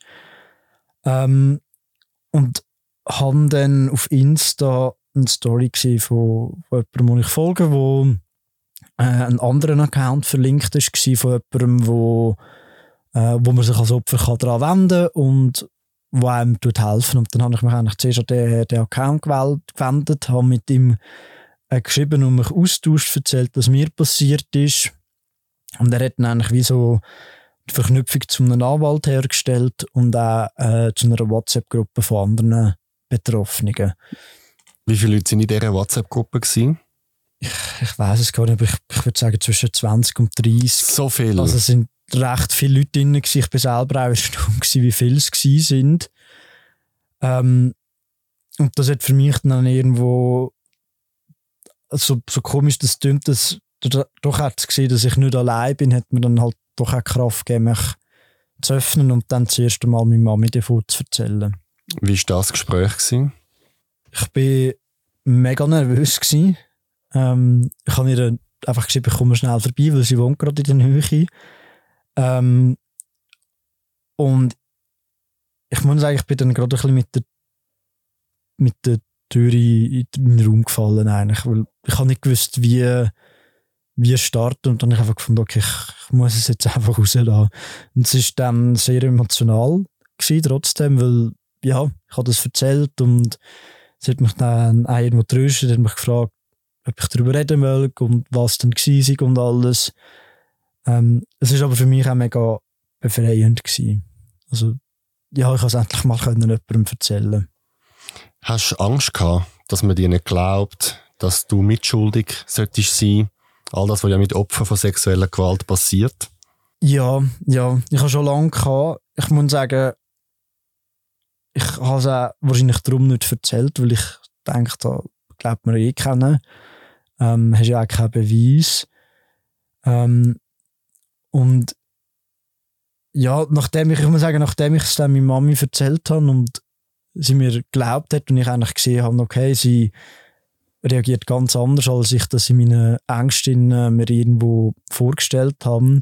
Ähm, und habe dann auf Insta eine Story gesehen von, von jemandem, den ich folge, wo äh, einen anderen Account verlinkt ist, von jemandem, wo, äh, wo man sich als Opfer kann daran wenden kann und wo einem helfen. Und dann habe ich mich eigentlich zuerst an den, den Account gewendet, habe mit ihm äh, geschrieben und mich austauscht, erzählt, was mir passiert ist. Und er hat dann eigentlich wie so die Verknüpfung zu einem Anwalt hergestellt und auch äh, zu einer WhatsApp-Gruppe von anderen Betroffenen. Wie viele Leute waren in dieser WhatsApp-Gruppe? Ich, ich weiss es gar nicht, aber ich, ich würde sagen zwischen zwanzig und dreißig. So viel? Also es sind recht viele Leute drin. Ich war selber auch erstaunt, wie viele es waren. Ähm, und das hat für mich dann irgendwo so, so komisch, das klingt, dass doch hat es gesehen, dass ich nicht allein bin, hat mir dann halt doch auch Kraft gegeben, mich zu öffnen und dann das erste Mal meiner Mami davon zu erzählen. Wie war das Gespräch gewesen? Ich war mega nervös gewesen. Ähm, ich habe ihr einfach geschrieben, ich komme schnell vorbei, weil sie wohnt gerade in der Höhe. Ähm, und ich muss sagen, ich bin dann gerade ein bisschen mit der, mit der Tür in den Raum gefallen eigentlich, weil ich habe nicht gewusst, wie wie starten und dann habe ich einfach gefunden, okay, ich muss es jetzt einfach rauslassen. Und es war dann sehr emotional gewesen, trotzdem, weil ja, ich habe das erzählt und es hat mich dann auch irgendwo getröstet, hat mich gefragt, ob ich darüber reden will und was dann war und alles. Ähm, es war aber für mich auch mega befreiend gewesen. Also ja, ich konnte es endlich mal jemandem erzählen. Hast du Angst gehabt, dass man dir nicht glaubt, dass du mitschuldig solltest sein? All das, was ja mit Opfern von sexueller Gewalt passiert? Ja, ja. Ich habe schon lange gehabt. Ich muss sagen, ich habe es auch wahrscheinlich darum nicht erzählt, weil ich denke, da glaubt man eh kennen. Ähm, hast ja auch keinen Beweis. Ähm, und ja, nachdem ich, ich muss sagen, nachdem ich es dann meiner Mami erzählt habe und sie mir geglaubt hat und ich eigentlich gesehen habe, okay, sie reagiert ganz anders, als ich das in meinen Ängsten äh, mir irgendwo vorgestellt habe,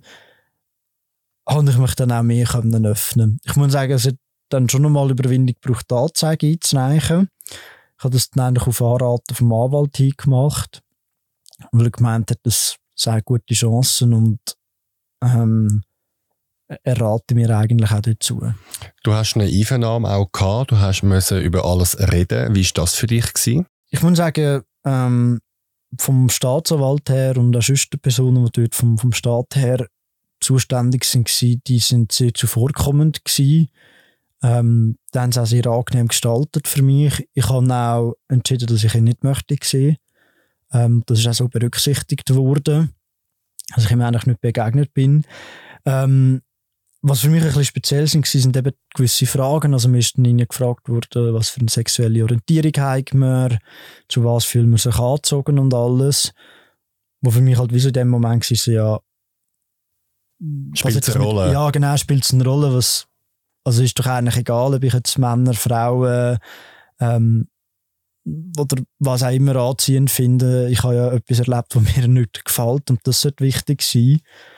habe ich mich dann auch mehr können öffnen. Ich muss sagen, es hat dann schon einmal Überwindung gebraucht, die Anzeige einzureichen. Ich habe das dann eigentlich auf Anraten vom Anwalt hingemacht, weil er gemeint hat, das sei gute Chancen und ähm, er rate mir eigentlich auch dazu. Du hast eine Einvernahme auch gehabt, du hast müssen über alles reden. Wie war das für dich gewesen? Ich muss sagen, ähm, vom Staatsanwalt her und auch sonst die Personen, die dort vom, vom Staat her zuständig waren, die sind sehr zuvorkommend gewesen. Ähm, die haben es auch sehr angenehm gestaltet für mich. Ich habe auch entschieden, dass ich ihn nicht möchte sehen. Ähm, das ist auch so berücksichtigt worden, dass ich ihm eigentlich nicht begegnet bin. Ähm, was für mich ein bisschen speziell sind, sind eben gewisse Fragen. Also mir ist dann gefragt worden, was für eine sexuelle Orientierung haben wir, zu was fühlen wir sich angezogen und alles. Wo für mich halt wie so in dem Moment war, so, ja... Spielt es eine Rolle? Mit, ja, genau, spielt es eine Rolle. Was, also ist doch eigentlich egal, ob ich jetzt Männer, Frauen ähm, oder was auch immer anziehend finde. Ich habe ja etwas erlebt, was mir nicht gefällt und das sollte wichtig sein.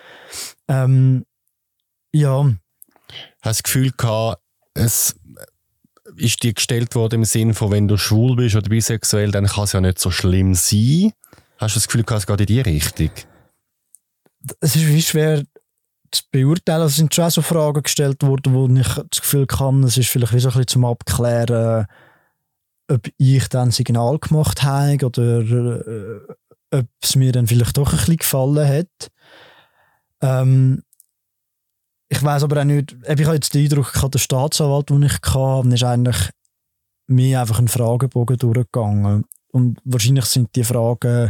Ähm, Ja. Hast du das Gefühl gehabt, es ist dir gestellt worden im Sinne von, wenn du schwul bist oder bisexuell, dann kann es ja nicht so schlimm sein? Hast du das Gefühl gehabt, es geht in die Richtung? Es ist wie schwer zu beurteilen. Es sind schon auch so Fragen gestellt worden, wo ich das Gefühl habe, es ist vielleicht wie so ein bisschen zum Abklären, ob ich dann ein Signal gemacht habe oder äh, ob es mir dann vielleicht doch ein bisschen gefallen hat. Ähm, Ich weiss aber auch nicht, ich habe jetzt den Eindruck, der Staatsanwalt, den ich hatte, ist eigentlich mehr einfach ein Fragebogen durchgegangen. Und wahrscheinlich sind die Fragen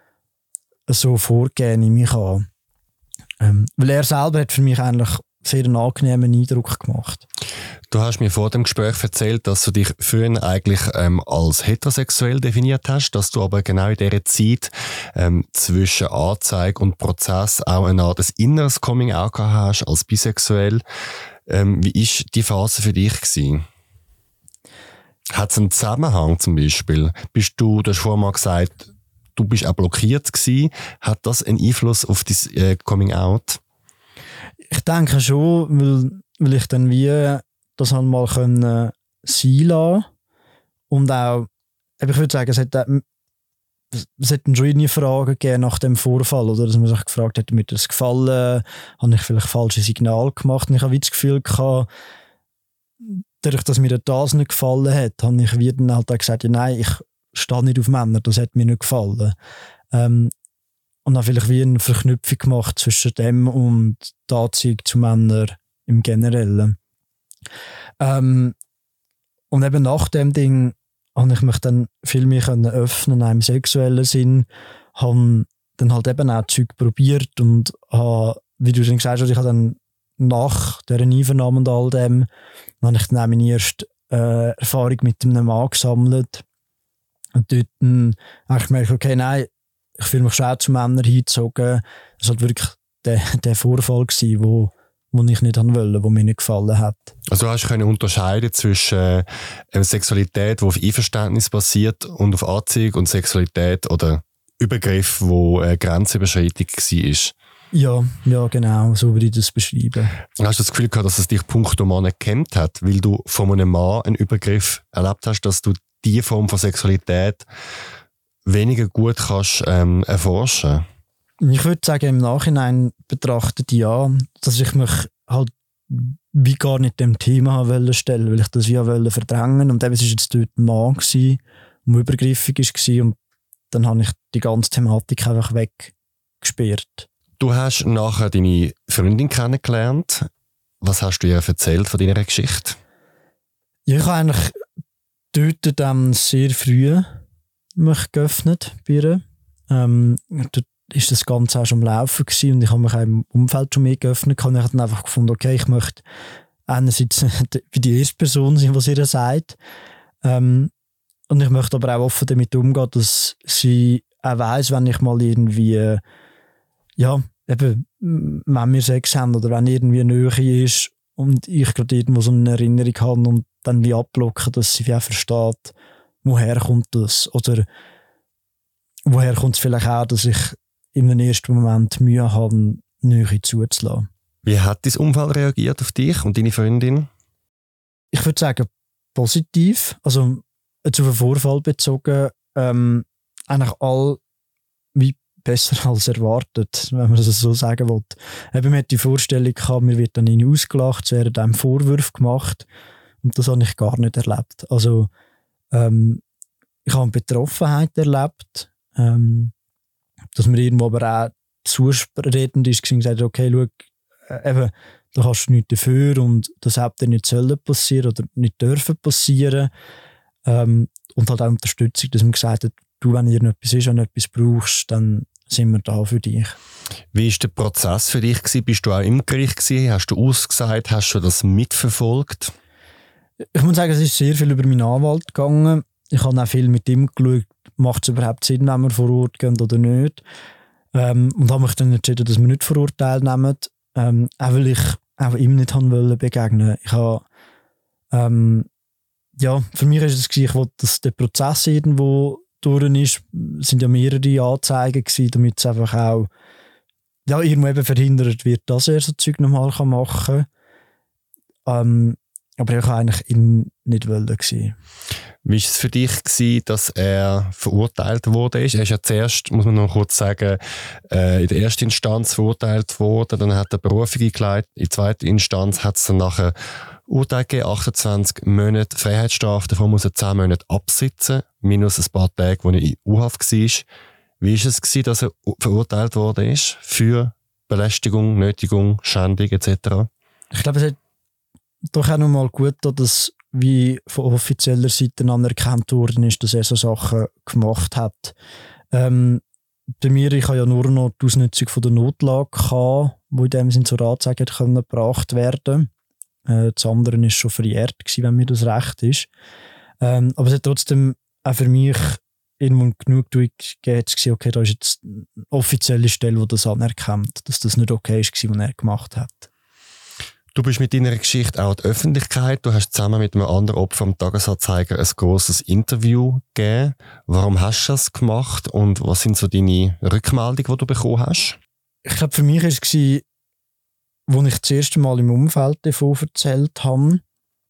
so vorgegeben in mich an. Ähm, weil er selber hat für mich eigentlich sehr einen angenehmen Eindruck gemacht. Du hast mir vor dem Gespräch erzählt, dass du dich früher eigentlich ähm, als heterosexuell definiert hast, dass du aber genau in dieser Zeit ähm, zwischen Anzeige und Prozess auch eine Art inneres Coming-out gehabt hast als bisexuell. Ähm, wie war die Phase für dich gewesen? Hat es einen Zusammenhang zum Beispiel? Bist du, du hast vorhin mal gesagt, du bist auch blockiert gewesen. Hat das einen Einfluss auf dein äh, Coming-out? Ich denke schon, weil, weil ich dann wie das halt mal können sein lassen. Und auch, ich würde sagen, es hat, es hat schon nie Fragen gegeben nach dem Vorfall, oder dass man sich gefragt hat, mir das gefallen, habe ich vielleicht falsche Signale gemacht. Und ich habe wie das Gefühl gehabt, dadurch, dass mir das nicht gefallen hat, habe ich wie dann halt auch gesagt, ja, nein, ich stehe nicht auf Männer, das hat mir nicht gefallen. Ähm, Und dann vielleicht wie eine Verknüpfung gemacht zwischen dem und der Anziehung zu Männern im Generellen. Ähm, und eben nach dem Ding habe ich mich dann viel mehr öffnen, auch im sexuellen Sinn. Habe dann halt eben auch Zeug probiert und habe, wie du schon gesagt hast, ich habe dann nach dieser Einvernahme und all dem, dann habe ich dann auch meine erste äh, Erfahrung mit einem Mann gesammelt. Und dort dann habe ich gemerkt, okay, nein, ich fühle mich schon auch zu Männern hingezogen. Das war halt wirklich der, der Vorfall gewesen, wo, wo ich nicht wollte, wo mir nicht gefallen hat. Also du hast können unterscheiden zwischen äh, Sexualität, die auf Einverständnis basiert, und auf Anziehung, und Sexualität oder Übergriff, wo äh, Grenzüberschreitung war. Ja, ja, genau, so würde ich das beschreiben. Hast du das Gefühl gehabt, dass es dich punkto Mann gehemmt hat, weil du von einem Mann einen Übergriff erlebt hast, dass du diese Form von Sexualität weniger gut kannst ähm, erforschen? Ich würde sagen, im Nachhinein betrachtet ja, dass ich mich halt wie gar nicht dem Thema wollte stellen, weil ich das ja wollte verdrängen. Und eben, es war jetzt dort ein Mann, der übergriffig war, und dann habe ich die ganze Thematik einfach weggesperrt. Du hast nachher deine Freundin kennengelernt. Was hast du ihr erzählt von deiner Geschichte? Ja, ich habe eigentlich dort dann sehr früh mich geöffnet bei ihr. Ähm, dort war das Ganze auch schon am Laufen gewesen und ich habe mich auch im Umfeld schon mehr geöffnet. Und ich habe dann einfach gefunden, okay, ich möchte einerseits wie die erste Person sein, was ihr sagt. Ähm, und ich möchte aber auch offen damit umgehen, dass sie auch weiss, wenn ich mal irgendwie, ja, eben, wenn wir Sex haben oder wenn irgendwie eine Nähe ist und ich gerade irgendwo so eine Erinnerung habe und dann wie abblocken, dass sie wie auch versteht, woher kommt das? Oder woher kommt es vielleicht auch, dass ich in einem ersten Moment Mühe habe, Nähe zuzulassen. Wie hat dein Umfeld reagiert auf dich und deine Freundin? Ich würde sagen, positiv. Also jetzt auf den Vorfall bezogen, ähm, eigentlich all wie besser als erwartet, wenn man das so sagen will. Eben, man hat die Vorstellung gehabt, mir wird dann irgendwie ausgelacht, es werden einem Vorwürfe gemacht und das habe ich gar nicht erlebt. Also ähm, ich habe eine Betroffenheit erlebt, ähm, dass mir irgendwo aber auch zuredend ist und gesagt, okay, schau, äh, eben, da kannst du nichts dafür und das hätte nicht sollen passieren oder nicht dürfen passieren. Ähm, und halt auch Unterstützung, dass man gesagt hat, du, wenn irgendetwas ist, wenn du etwas brauchst, dann sind wir da für dich. Wie war der Prozess für dich gewesen? Bist du auch im Gericht gewesen? Hast du ausgesagt? Hast du das mitverfolgt? Ich muss sagen, es ist sehr viel über meinen Anwalt gegangen. Ich habe auch viel mit ihm geschaut, macht es überhaupt Sinn, wenn wir vor Ort gehen oder nicht. Ähm, und habe mich dann entschieden, dass wir nicht vor Ort teilnehmen. Ähm, auch weil ich auch ihm nicht haben begegnen. Ich habe, ähm, ja, für mich war es, ich wollte, dass der Prozess irgendwo durch ist. Es sind ja mehrere Anzeigen gewesen, damit es einfach auch ja, irgendwo eben verhindert wird, dass er so Zeug nochmal machen kann. Ähm, aber ich wollte eigentlich ihn nicht wollen. Gewesen. Wie war es für dich gewesen, dass er verurteilt wurde? Er ist ja zuerst, muss man noch kurz sagen, äh, in der ersten Instanz verurteilt worden, dann hat er Berufung eingeleitet, in der zweiten Instanz hat es dann nachher Urteil gegeben, achtundzwanzig Monate Freiheitsstrafe, davon muss er zehn Monate absitzen, minus ein paar Tage, wo er in U-Haft war. Wie war es gewesen, dass er verurteilt worden ist für Belästigung, Nötigung, Schändung et cetera? Ich glaube, es hat doch auch noch mal gut, dass wie von offizieller Seite anerkannt worden ist, dass er so Sachen gemacht hat. Ähm, bei mir, ich hatte ja nur noch die Ausnutzung von der Notlage gehabt, wo in dem Sinne zur Anzeige können gebracht werden. Äh, das andere war schon verjährt gewesen, wenn mir das recht ist. Ähm, aber es hat trotzdem auch für mich irgendwo genug gegeben, okay, da ist jetzt eine offizielle Stelle, die das anerkennt, dass das nicht okay ist, was er gemacht hat. Du bist mit deiner Geschichte auch in der Öffentlichkeit. Du hast zusammen mit einem anderen Opfer am Tagesanzeiger ein grosses Interview gegeben. Warum hast du das gemacht und was sind so deine Rückmeldungen, die du bekommen hast? Ich glaube, für mich war es, als ich das erste Mal im Umfeld davon erzählt habe,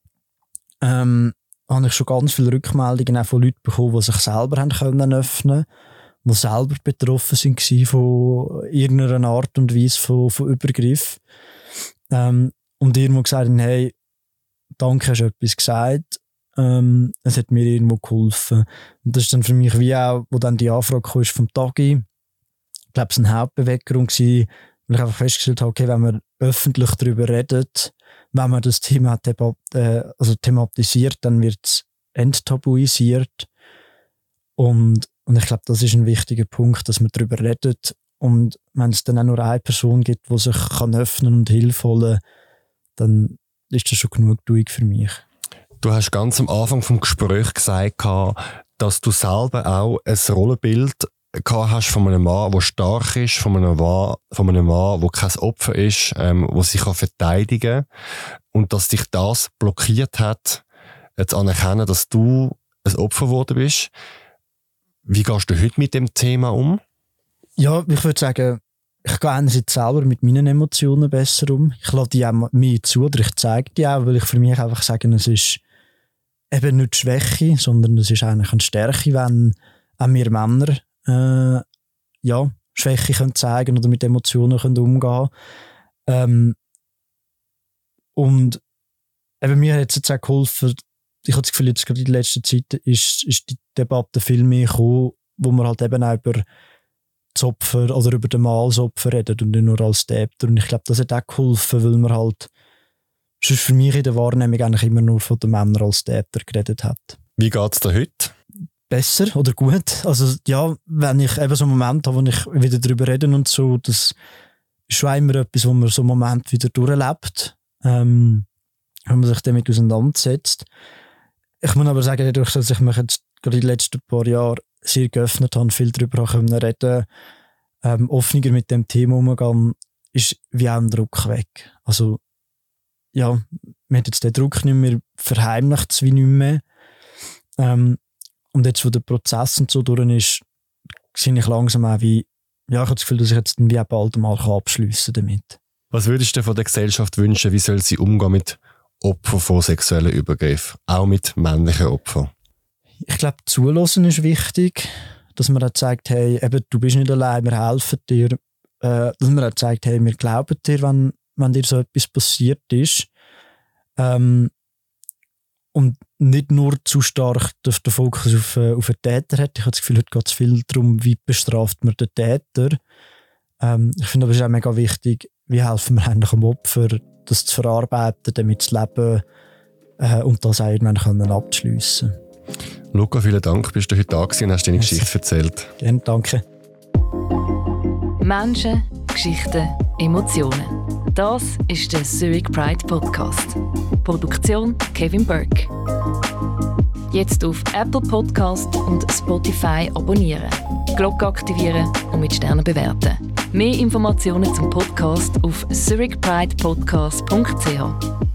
ähm, habe ich schon ganz viele Rückmeldungen auch von Leuten bekommen, die sich selber haben können öffnen, die selber betroffen waren von irgendeiner Art und Weise von, von Übergriff. Ähm, und irgendwo gesagt haben, hey, danke, hast du etwas gesagt. Ähm, es hat mir irgendwo geholfen. Und das ist dann für mich wie auch, wo dann die Anfrage kam vom Tagi, ich glaube, es war eine Hauptbeweggrung gewesen, weil ich einfach festgestellt habe, okay, wenn man öffentlich darüber redet, wenn man das Thema thema, äh, also thematisiert, dann wird es enttabuisiert. Und, und ich glaube, das ist ein wichtiger Punkt, dass man darüber redet. Und wenn es dann auch nur eine Person gibt, die sich kann öffnen und Hilfe holen kann, dann ist das schon genug durch für mich. Du hast ganz am Anfang des Gesprächs gesagt, dass du selber auch ein Rollenbild gehabt hast von einem Mann, der stark ist, von einem Mann, von einem Mann, der kein Opfer ist, ähm, der sich verteidigen kann. Und dass dich das blockiert hat, zu anerkennen, dass du ein Opfer geworden bist. Wie gehst du heute mit dem Thema um? Ja, ich würde sagen, ich gehe einerseits selber mit meinen Emotionen besser um. Ich lasse die auch mir zu oder ich zeige die auch, weil ich für mich einfach sage, es ist eben nicht Schwäche, sondern es ist eigentlich eine Stärke, wenn auch wir Männer äh, ja, Schwäche können zeigen oder mit Emotionen können umgehen ähm, und eben mir hat es jetzt auch geholfen, ich habe das Gefühl, jetzt gerade in der letzten Zeit ist, ist die Debatte viel mehr gekommen, wo man halt eben auch über das Opfer oder über den Mann als Opfer redet und nicht nur als Täter. Und ich glaube, das hat auch geholfen, weil man halt sonst für mich in der Wahrnehmung eigentlich immer nur von den Männern als Täter geredet hat. Wie geht es dir heute? Besser oder gut. Also ja, wenn ich eben so einen Moment habe, wo ich wieder darüber rede und so, das ist schon immer etwas, wo man so einen Moment wieder durchlebt. Ähm, wenn man sich damit auseinandersetzt. Ich muss aber sagen, dadurch, dass ich mich jetzt gerade in den letzten paar Jahren sehr geöffnet habe, viel darüber können reden, ähm, offener mit dem Thema umgehen, ist wie auch ein Druck weg. Also, ja, man hat jetzt den Druck nicht mehr, verheimlicht es wie nicht mehr. Ähm, und jetzt, wo der Prozess und so durch ist, sehe ich langsam auch wie, ja, ich habe das Gefühl, dass ich jetzt wie auch bald mal abschliessen kann damit. Was würdest du von der Gesellschaft wünschen, wie soll sie umgehen mit Opfern von sexuellen Übergriffen, auch mit männlichen Opfern? Ich glaube, Zulassen ist wichtig, dass man auch zeigt, hey, eben, du bist nicht allein, wir helfen dir. Äh, dass man auch zeigt, hey, wir glauben dir, wenn, wenn dir so etwas passiert ist. Ähm, und nicht nur zu stark den Fokus auf, auf den Täter hat. Ich habe das Gefühl, heute geht es viel darum, wie bestraft man den Täter. Ähm, ich finde aber, es ist auch mega wichtig, wie helfen wir eigentlich dem Opfer, das zu verarbeiten, damit zu leben äh, und das auch irgendwann abzuschliessen können. Luca, vielen Dank, bist du heute da gewesen und hast deine Merci. Geschichte erzählt. Gerne, danke. Menschen, Geschichten, Emotionen. Das ist der Zurich Pride Podcast. Produktion Kevin Burke. Jetzt auf Apple Podcast und Spotify abonnieren, Glocke aktivieren und mit Sternen bewerten. Mehr Informationen zum Podcast auf zurich pride podcast punkt c h.